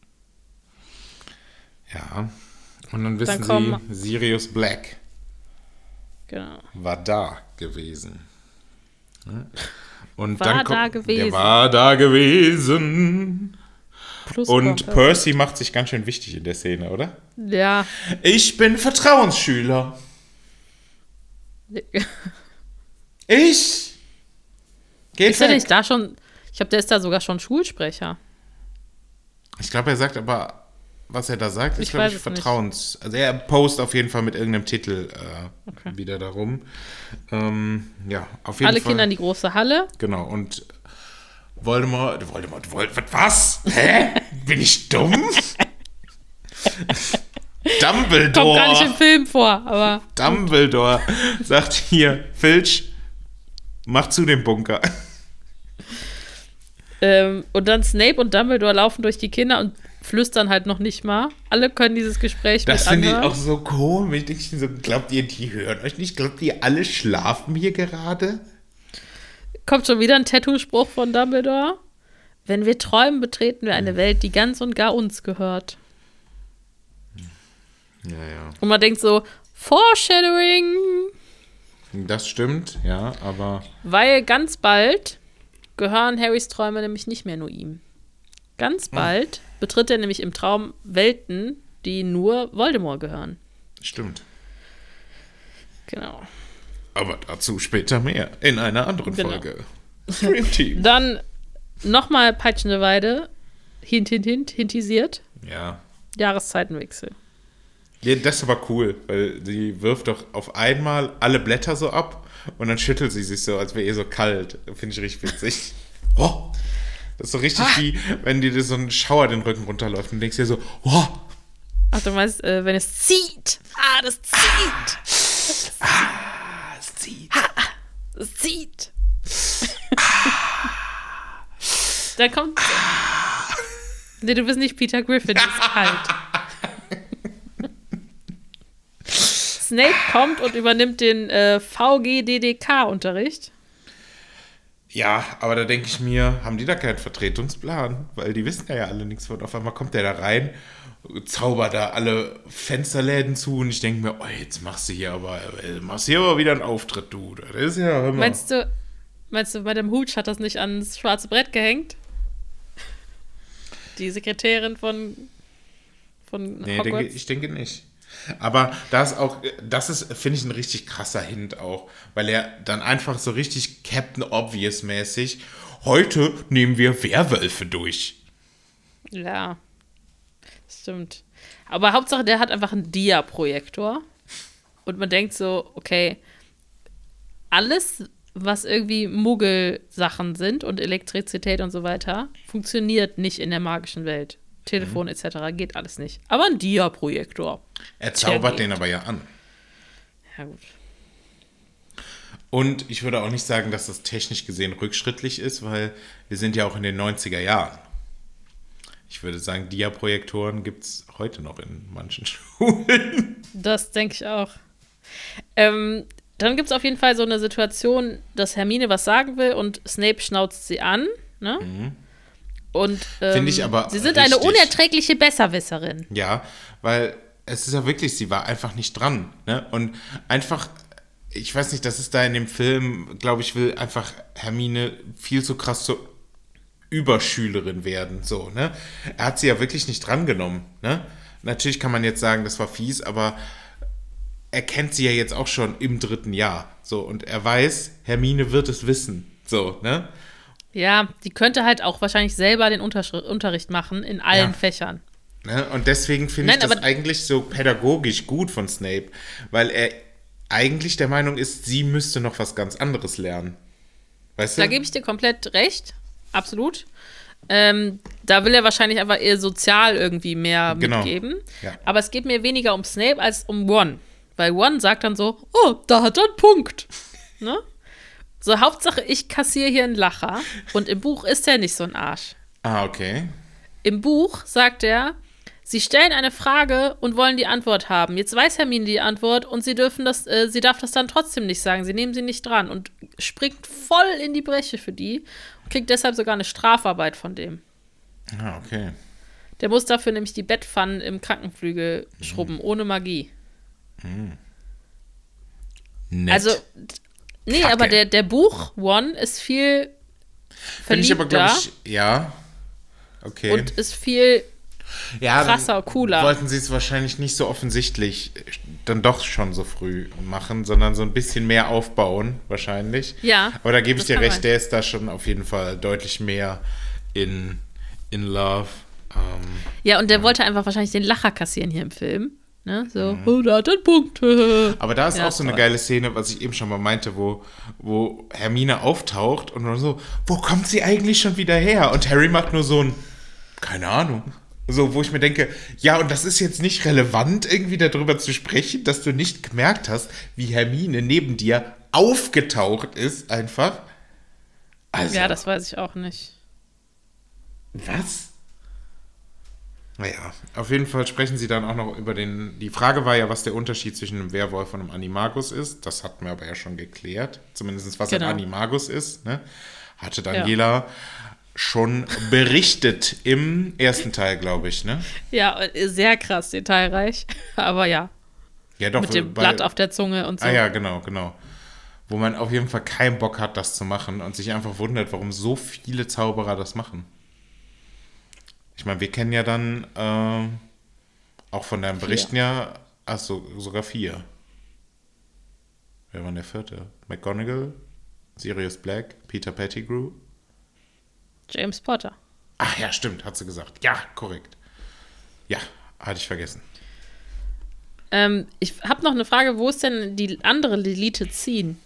Ja, und dann wissen Dann komm- sie, Sirius Black Genau. war da gewesen. Ja. Und War dann da kommt, gewesen. Der war da gewesen. Plus Und Gott. Percy macht sich ganz schön wichtig in der Szene, oder? Ja. Ich bin Vertrauensschüler. Ich? Geht Ist er weg. nicht da schon, ich glaube, der ist da sogar schon Schulsprecher. Ich glaube, er sagt aber, was er da sagt, ist, Ich glaube weiß ich, es nicht. Vertrauens. Also er post auf jeden Fall mit irgendeinem Titel äh, Okay. wieder darum. Ähm, ja, auf jeden Alle Fall. Kinder in die große Halle. Genau, und Voldemort, Voldemort, Voldemort, was? Hä? Bin ich dumm? Dumbledore. Kommt gar nicht im Film vor, aber Dumbledore sagt hier, Filch, mach zu dem Bunker. ähm, und dann Snape und Dumbledore laufen durch die Kinder und flüstern halt noch nicht mal. Alle können dieses Gespräch Das mit finde ich anhören. auch so komisch. Ich denke so, glaubt ihr, die hören euch nicht? Glaubt ihr, alle schlafen hier gerade? Kommt schon wieder ein Tattoo-Spruch von Dumbledore. Wenn wir träumen, betreten wir eine Welt, die ganz und gar uns gehört. Ja, ja. Und man denkt so, Foreshadowing, Das stimmt, ja, aber weil ganz bald gehören Harrys Träume nämlich nicht mehr nur ihm. Ganz bald betritt er nämlich im Traum Welten, die nur Voldemort gehören. stimmt. Genau. Aber dazu später mehr, in einer anderen Genau. Folge. Dream Team. Dann nochmal peitschende Weide, hint, hint, hint, hintisiert, Ja. Jahreszeitenwechsel. Ja, das ist aber cool, weil sie wirft doch auf einmal alle Blätter so ab und dann schüttelt sie sich so, als wäre ihr so kalt. Finde ich richtig witzig. Oh, das ist so richtig wie, wenn dir so ein Schauer den Rücken runterläuft und denkst dir so, oh, Ach, du meinst, äh, wenn es zieht. Ah, das zieht. es zieht. Es zieht. Dann kommt. Nee, du bist nicht Peter Griffin, das ist kalt. Snape kommt und übernimmt den äh, V G D D K-Unterricht. Ja, aber da denke ich mir, haben die da keinen Vertretungsplan? Weil die wissen ja alle nichts von. Auf einmal kommt der da rein, zaubert da alle Fensterläden zu und ich denke mir, oh, jetzt machst du hier aber, äh, machst hier aber wieder einen Auftritt, du. Das ist ja, hör mal. Meinst du, meinst du, Madame Hooch hat das nicht ans schwarze Brett gehängt? Die Sekretärin von, von Nee, Hogwarts? denke, ich denke nicht. Aber das ist auch, das ist, finde ich, ein richtig krasser Hint auch, weil er dann einfach so richtig Captain Obvious-mäßig, heute nehmen wir Werwölfe durch. Ja, stimmt. Aber Hauptsache, der hat einfach einen Dia-Projektor. Und man denkt so, okay, alles, was irgendwie Muggel-Sachen sind und Elektrizität und so weiter, funktioniert nicht in der magischen Welt. Telefon et cetera geht alles nicht. Aber ein Dia-Projektor. Er zaubert geht. den aber ja an. Ja, gut. Und ich würde auch nicht sagen, dass das technisch gesehen rückschrittlich ist, weil wir sind ja auch in den neunziger Jahren. Ich würde sagen, Dia-Projektoren gibt es heute noch in manchen Schulen. Das denke ich auch. Ähm, dann gibt es auf jeden Fall so eine Situation, dass Hermine was sagen will und Snape schnauzt sie an. Ne? Mhm. Und ähm, Finde ich aber sie sind eine richtig. unerträgliche Besserwisserin. Ja, weil es ist ja wirklich, sie war einfach nicht dran. Ne? Und einfach, ich weiß nicht, das ist da in dem Film, glaube ich, will einfach Hermine viel zu krass zur Überschülerin werden. So, ne? Er hat sie ja wirklich nicht drangenommen. Ne? Natürlich kann man jetzt sagen, das war fies, aber er kennt sie ja jetzt auch schon im dritten Jahr. So, und er weiß, Hermine wird es wissen. So, ne? Ja, die könnte halt auch wahrscheinlich selber den Unterschri- Unterricht machen in allen Ja. Fächern. Ne? Und deswegen finde ich Nein, das aber- eigentlich so pädagogisch gut von Snape, weil er eigentlich der Meinung ist, sie müsste noch was ganz anderes lernen. Weißt du? Da gebe ich dir komplett recht. Absolut. Ähm, da will er wahrscheinlich einfach eher sozial irgendwie mehr Genau. mitgeben. Ja. Aber es geht mir weniger um Snape als um Ron. Weil Ron sagt dann so, oh, da hat er einen Punkt. Ne? So, Hauptsache, ich kassiere hier einen Lacher. Und im Buch ist er nicht so ein Arsch. Ah, okay. Im Buch sagt er, Sie stellen eine Frage und wollen die Antwort haben. Jetzt weiß Hermine die Antwort und sie dürfen das, äh, sie darf das dann trotzdem nicht sagen. Sie nehmen sie nicht dran und springt voll in die Bresche für die und kriegt deshalb sogar eine Strafarbeit von dem. Ah, okay. Der muss dafür nämlich die Bettpfannen im Krankenflügel mhm. schrubben, ohne Magie. Mhm. Nett. Also, nee, Kacke. aber der, der Buch One ist viel verliebter. Finde ich aber, glaube ich, ja. Okay. Und ist viel ja, krasser, cooler. Wollten sie es wahrscheinlich nicht so offensichtlich dann doch schon so früh machen, sondern so ein bisschen mehr aufbauen, wahrscheinlich. Ja. Aber da gebe ich dir recht, sein. der ist da schon auf jeden Fall deutlich mehr in, in Love. Ähm, ja, und der ja. wollte einfach wahrscheinlich den Lacher kassieren hier im Film. Ne? So, mhm. oh, da hat er einen Punkt. Aber da ist ja, auch so toll. eine geile Szene, was ich eben schon mal meinte, wo, wo Hermine auftaucht und dann so, wo kommt sie eigentlich schon wieder her? Und Harry macht nur so ein, keine Ahnung. So, wo ich mir denke, ja, und das ist jetzt nicht relevant, irgendwie darüber zu sprechen, dass du nicht gemerkt hast, wie Hermine neben dir aufgetaucht ist, einfach. Also, ja, das weiß ich auch nicht. Was? Naja, auf jeden Fall sprechen sie dann auch noch über den, die Frage war ja, was der Unterschied zwischen einem Werwolf und einem Animagus ist. Das hatten wir aber ja schon geklärt. Zumindest was genau. ein Animagus ist, ne? Hatte Daniela ja. schon berichtet im ersten Teil, glaube ich, ne? Ja, sehr krass detailreich, aber ja. Ja, doch. Mit dem weil, Blatt auf der Zunge und so. Ah ja, genau, genau. Wo man auf jeden Fall keinen Bock hat, das zu machen und sich einfach wundert, warum so viele Zauberer das machen. Ich meine, wir kennen ja dann äh, auch von deinen Berichten vier. ja, achso, sogar vier. Wer war denn der vierte? McGonagall, Sirius Black, Peter Pettigrew. James Potter. Ach ja, stimmt, hat sie gesagt. Ja, korrekt. Ja, hatte ich vergessen. Ähm, ich habe noch eine Frage, wo ist denn die andere Deleted Scene?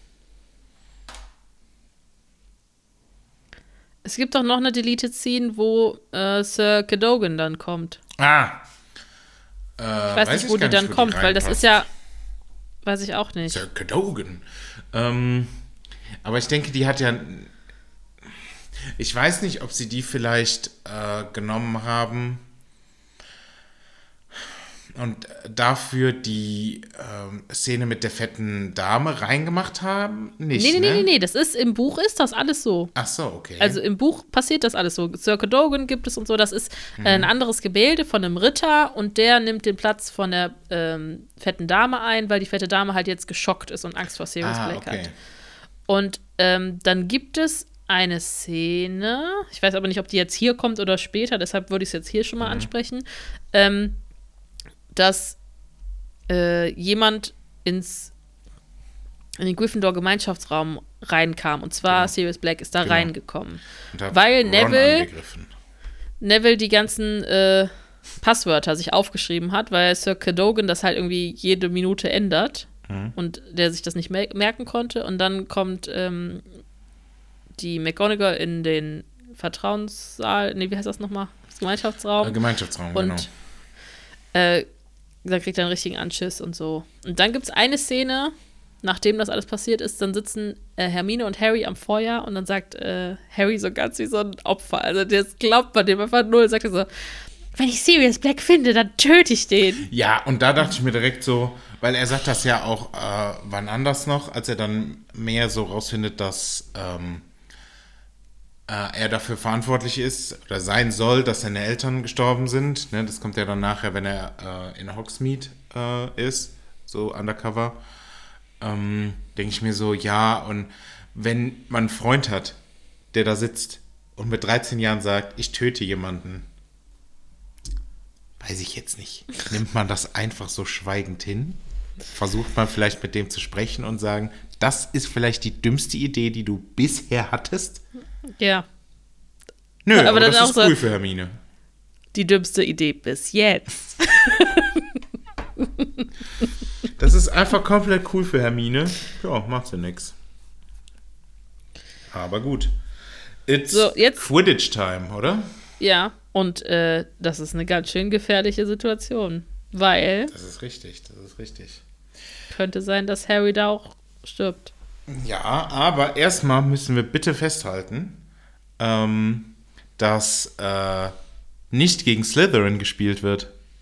Es gibt doch noch eine Deleted Scene, wo äh, Sir Cadogan dann kommt. Ah. Äh, ich weiß, weiß nicht, wo die dann nicht, wo kommt, die weil das ist ja, weiß ich auch nicht. Sir Cadogan. Ähm, aber ich denke, die hat ja, ich weiß nicht, ob sie die vielleicht äh, genommen haben und dafür die ähm, Szene mit der fetten Dame reingemacht haben? Nicht, nee, nee, ne? nee, nee, das ist, im Buch ist das alles so. Ach so, okay. Also im Buch passiert das alles so. Sir Cadogan gibt es und so, das ist mhm. äh, ein anderes Gebilde von einem Ritter und der nimmt den Platz von der ähm, fetten Dame ein, weil die fette Dame halt jetzt geschockt ist und Angst vor Sirius ah, Black okay. hat. Und ähm, dann gibt es eine Szene, ich weiß aber nicht, ob die jetzt hier kommt oder später, deshalb würde ich es jetzt hier schon mal mhm. ansprechen, ähm, dass äh, jemand ins in den Gryffindor-Gemeinschaftsraum reinkam. Und zwar genau. Sirius Black ist da genau. reingekommen. Weil Ron Neville, Neville die ganzen äh, Passwörter sich aufgeschrieben hat, weil Sir Cadogan das halt irgendwie jede Minute ändert mhm. und der sich das nicht mer- merken konnte. Und dann kommt ähm, die McGonagall in den Vertrauenssaal, nee, wie heißt das nochmal? Das Gemeinschaftsraum. Äh, Gemeinschaftsraum, und, genau. Äh, da kriegt er einen richtigen Anschiss und so. Und dann gibt es eine Szene, nachdem das alles passiert ist, dann sitzen äh, Hermine und Harry am Feuer und dann sagt äh, Harry so ganz wie so ein Opfer. Also das glaubt man dem einfach null. Sagt er so, wenn ich Sirius Black finde, dann töte ich den. Ja, und da dachte ich mir direkt so, weil er sagt das ja auch äh, wann anders noch, als er dann mehr so rausfindet, dass ähm, äh, er dafür verantwortlich ist oder sein soll, dass seine Eltern gestorben sind. Ne, das kommt ja dann nachher, wenn er äh, in Hogsmeade äh, ist, so undercover. Ähm, denke ich mir so, ja, und wenn man einen Freund hat, der da sitzt und mit dreizehn Jahren sagt, ich töte jemanden, weiß ich jetzt nicht. Nimmt man das einfach so schweigend hin? Versucht man vielleicht mit dem zu sprechen und sagen, das ist vielleicht die dümmste Idee, die du bisher hattest? Ja. Nö, aber, aber dann das auch ist cool so für Hermine. Die dümmste Idee bis jetzt. Das ist einfach komplett cool für Hermine. Ja, macht sie nix. Aber gut. It's so, jetzt, Quidditch-Time, oder? Ja, und äh, das ist eine ganz schön gefährliche Situation. Weil Das ist richtig, das ist richtig. Könnte sein, dass Harry da auch stirbt. Ja, aber erstmal müssen wir bitte festhalten, ähm, dass äh, nicht gegen Slytherin gespielt wird.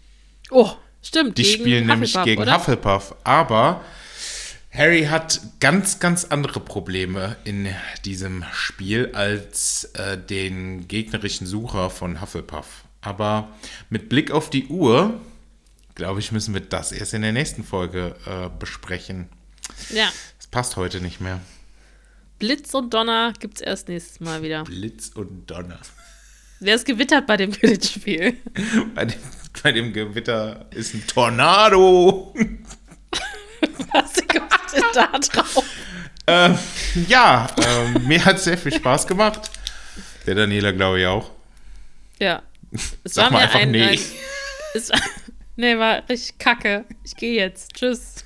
Oh, stimmt. Die spielen nämlich gegen oder? Hufflepuff. Aber Harry hat ganz, ganz andere Probleme in diesem Spiel als äh, den gegnerischen Sucher von Hufflepuff. Aber mit Blick auf die Uhr, glaube ich, müssen wir das erst in der nächsten Folge äh, besprechen. Ja. Das passt heute nicht mehr. Blitz und Donner gibt's erst nächstes Mal wieder. Blitz und Donner. Wer ist gewittert bei dem Quidditch-Spiel? Bei dem, bei dem Gewitter ist ein Tornado. Was kommt denn da drauf? äh, ja, äh, mir hat es sehr viel Spaß gemacht. Der Daniela, glaube ich, auch. Ja. Es Sag war mal mir einfach ein, nee. ein es, nee, war richtig kacke. Ich gehe jetzt. Tschüss.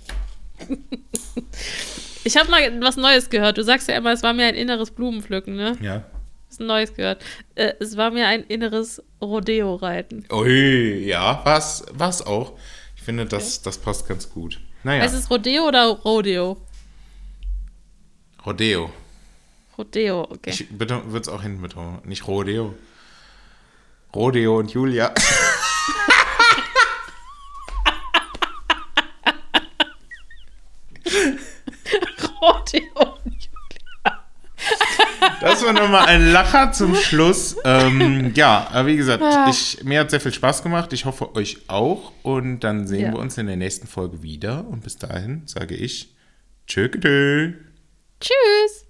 Ich habe mal was Neues gehört. Du sagst ja immer, es war mir ein inneres Blumenpflücken, ne? Ja. Was Neues gehört. Äh, es war mir ein inneres Rodeo-Reiten. Ui, ja, was was auch. Ich finde, das, das passt ganz gut. Naja. Heißt es Rodeo oder Rodeo? Rodeo. Rodeo, okay. Ich würde es auch hinten betonen. Nicht Rodeo. Rodeo und Julia. Rodeo. Das war nochmal ein Lacher zum Schluss. Ähm, ja, aber wie gesagt, ich, mir hat sehr viel Spaß gemacht. Ich hoffe, euch auch. Und dann sehen Ja. wir uns in der nächsten Folge wieder. Und bis dahin sage ich Tschö. Tschüss.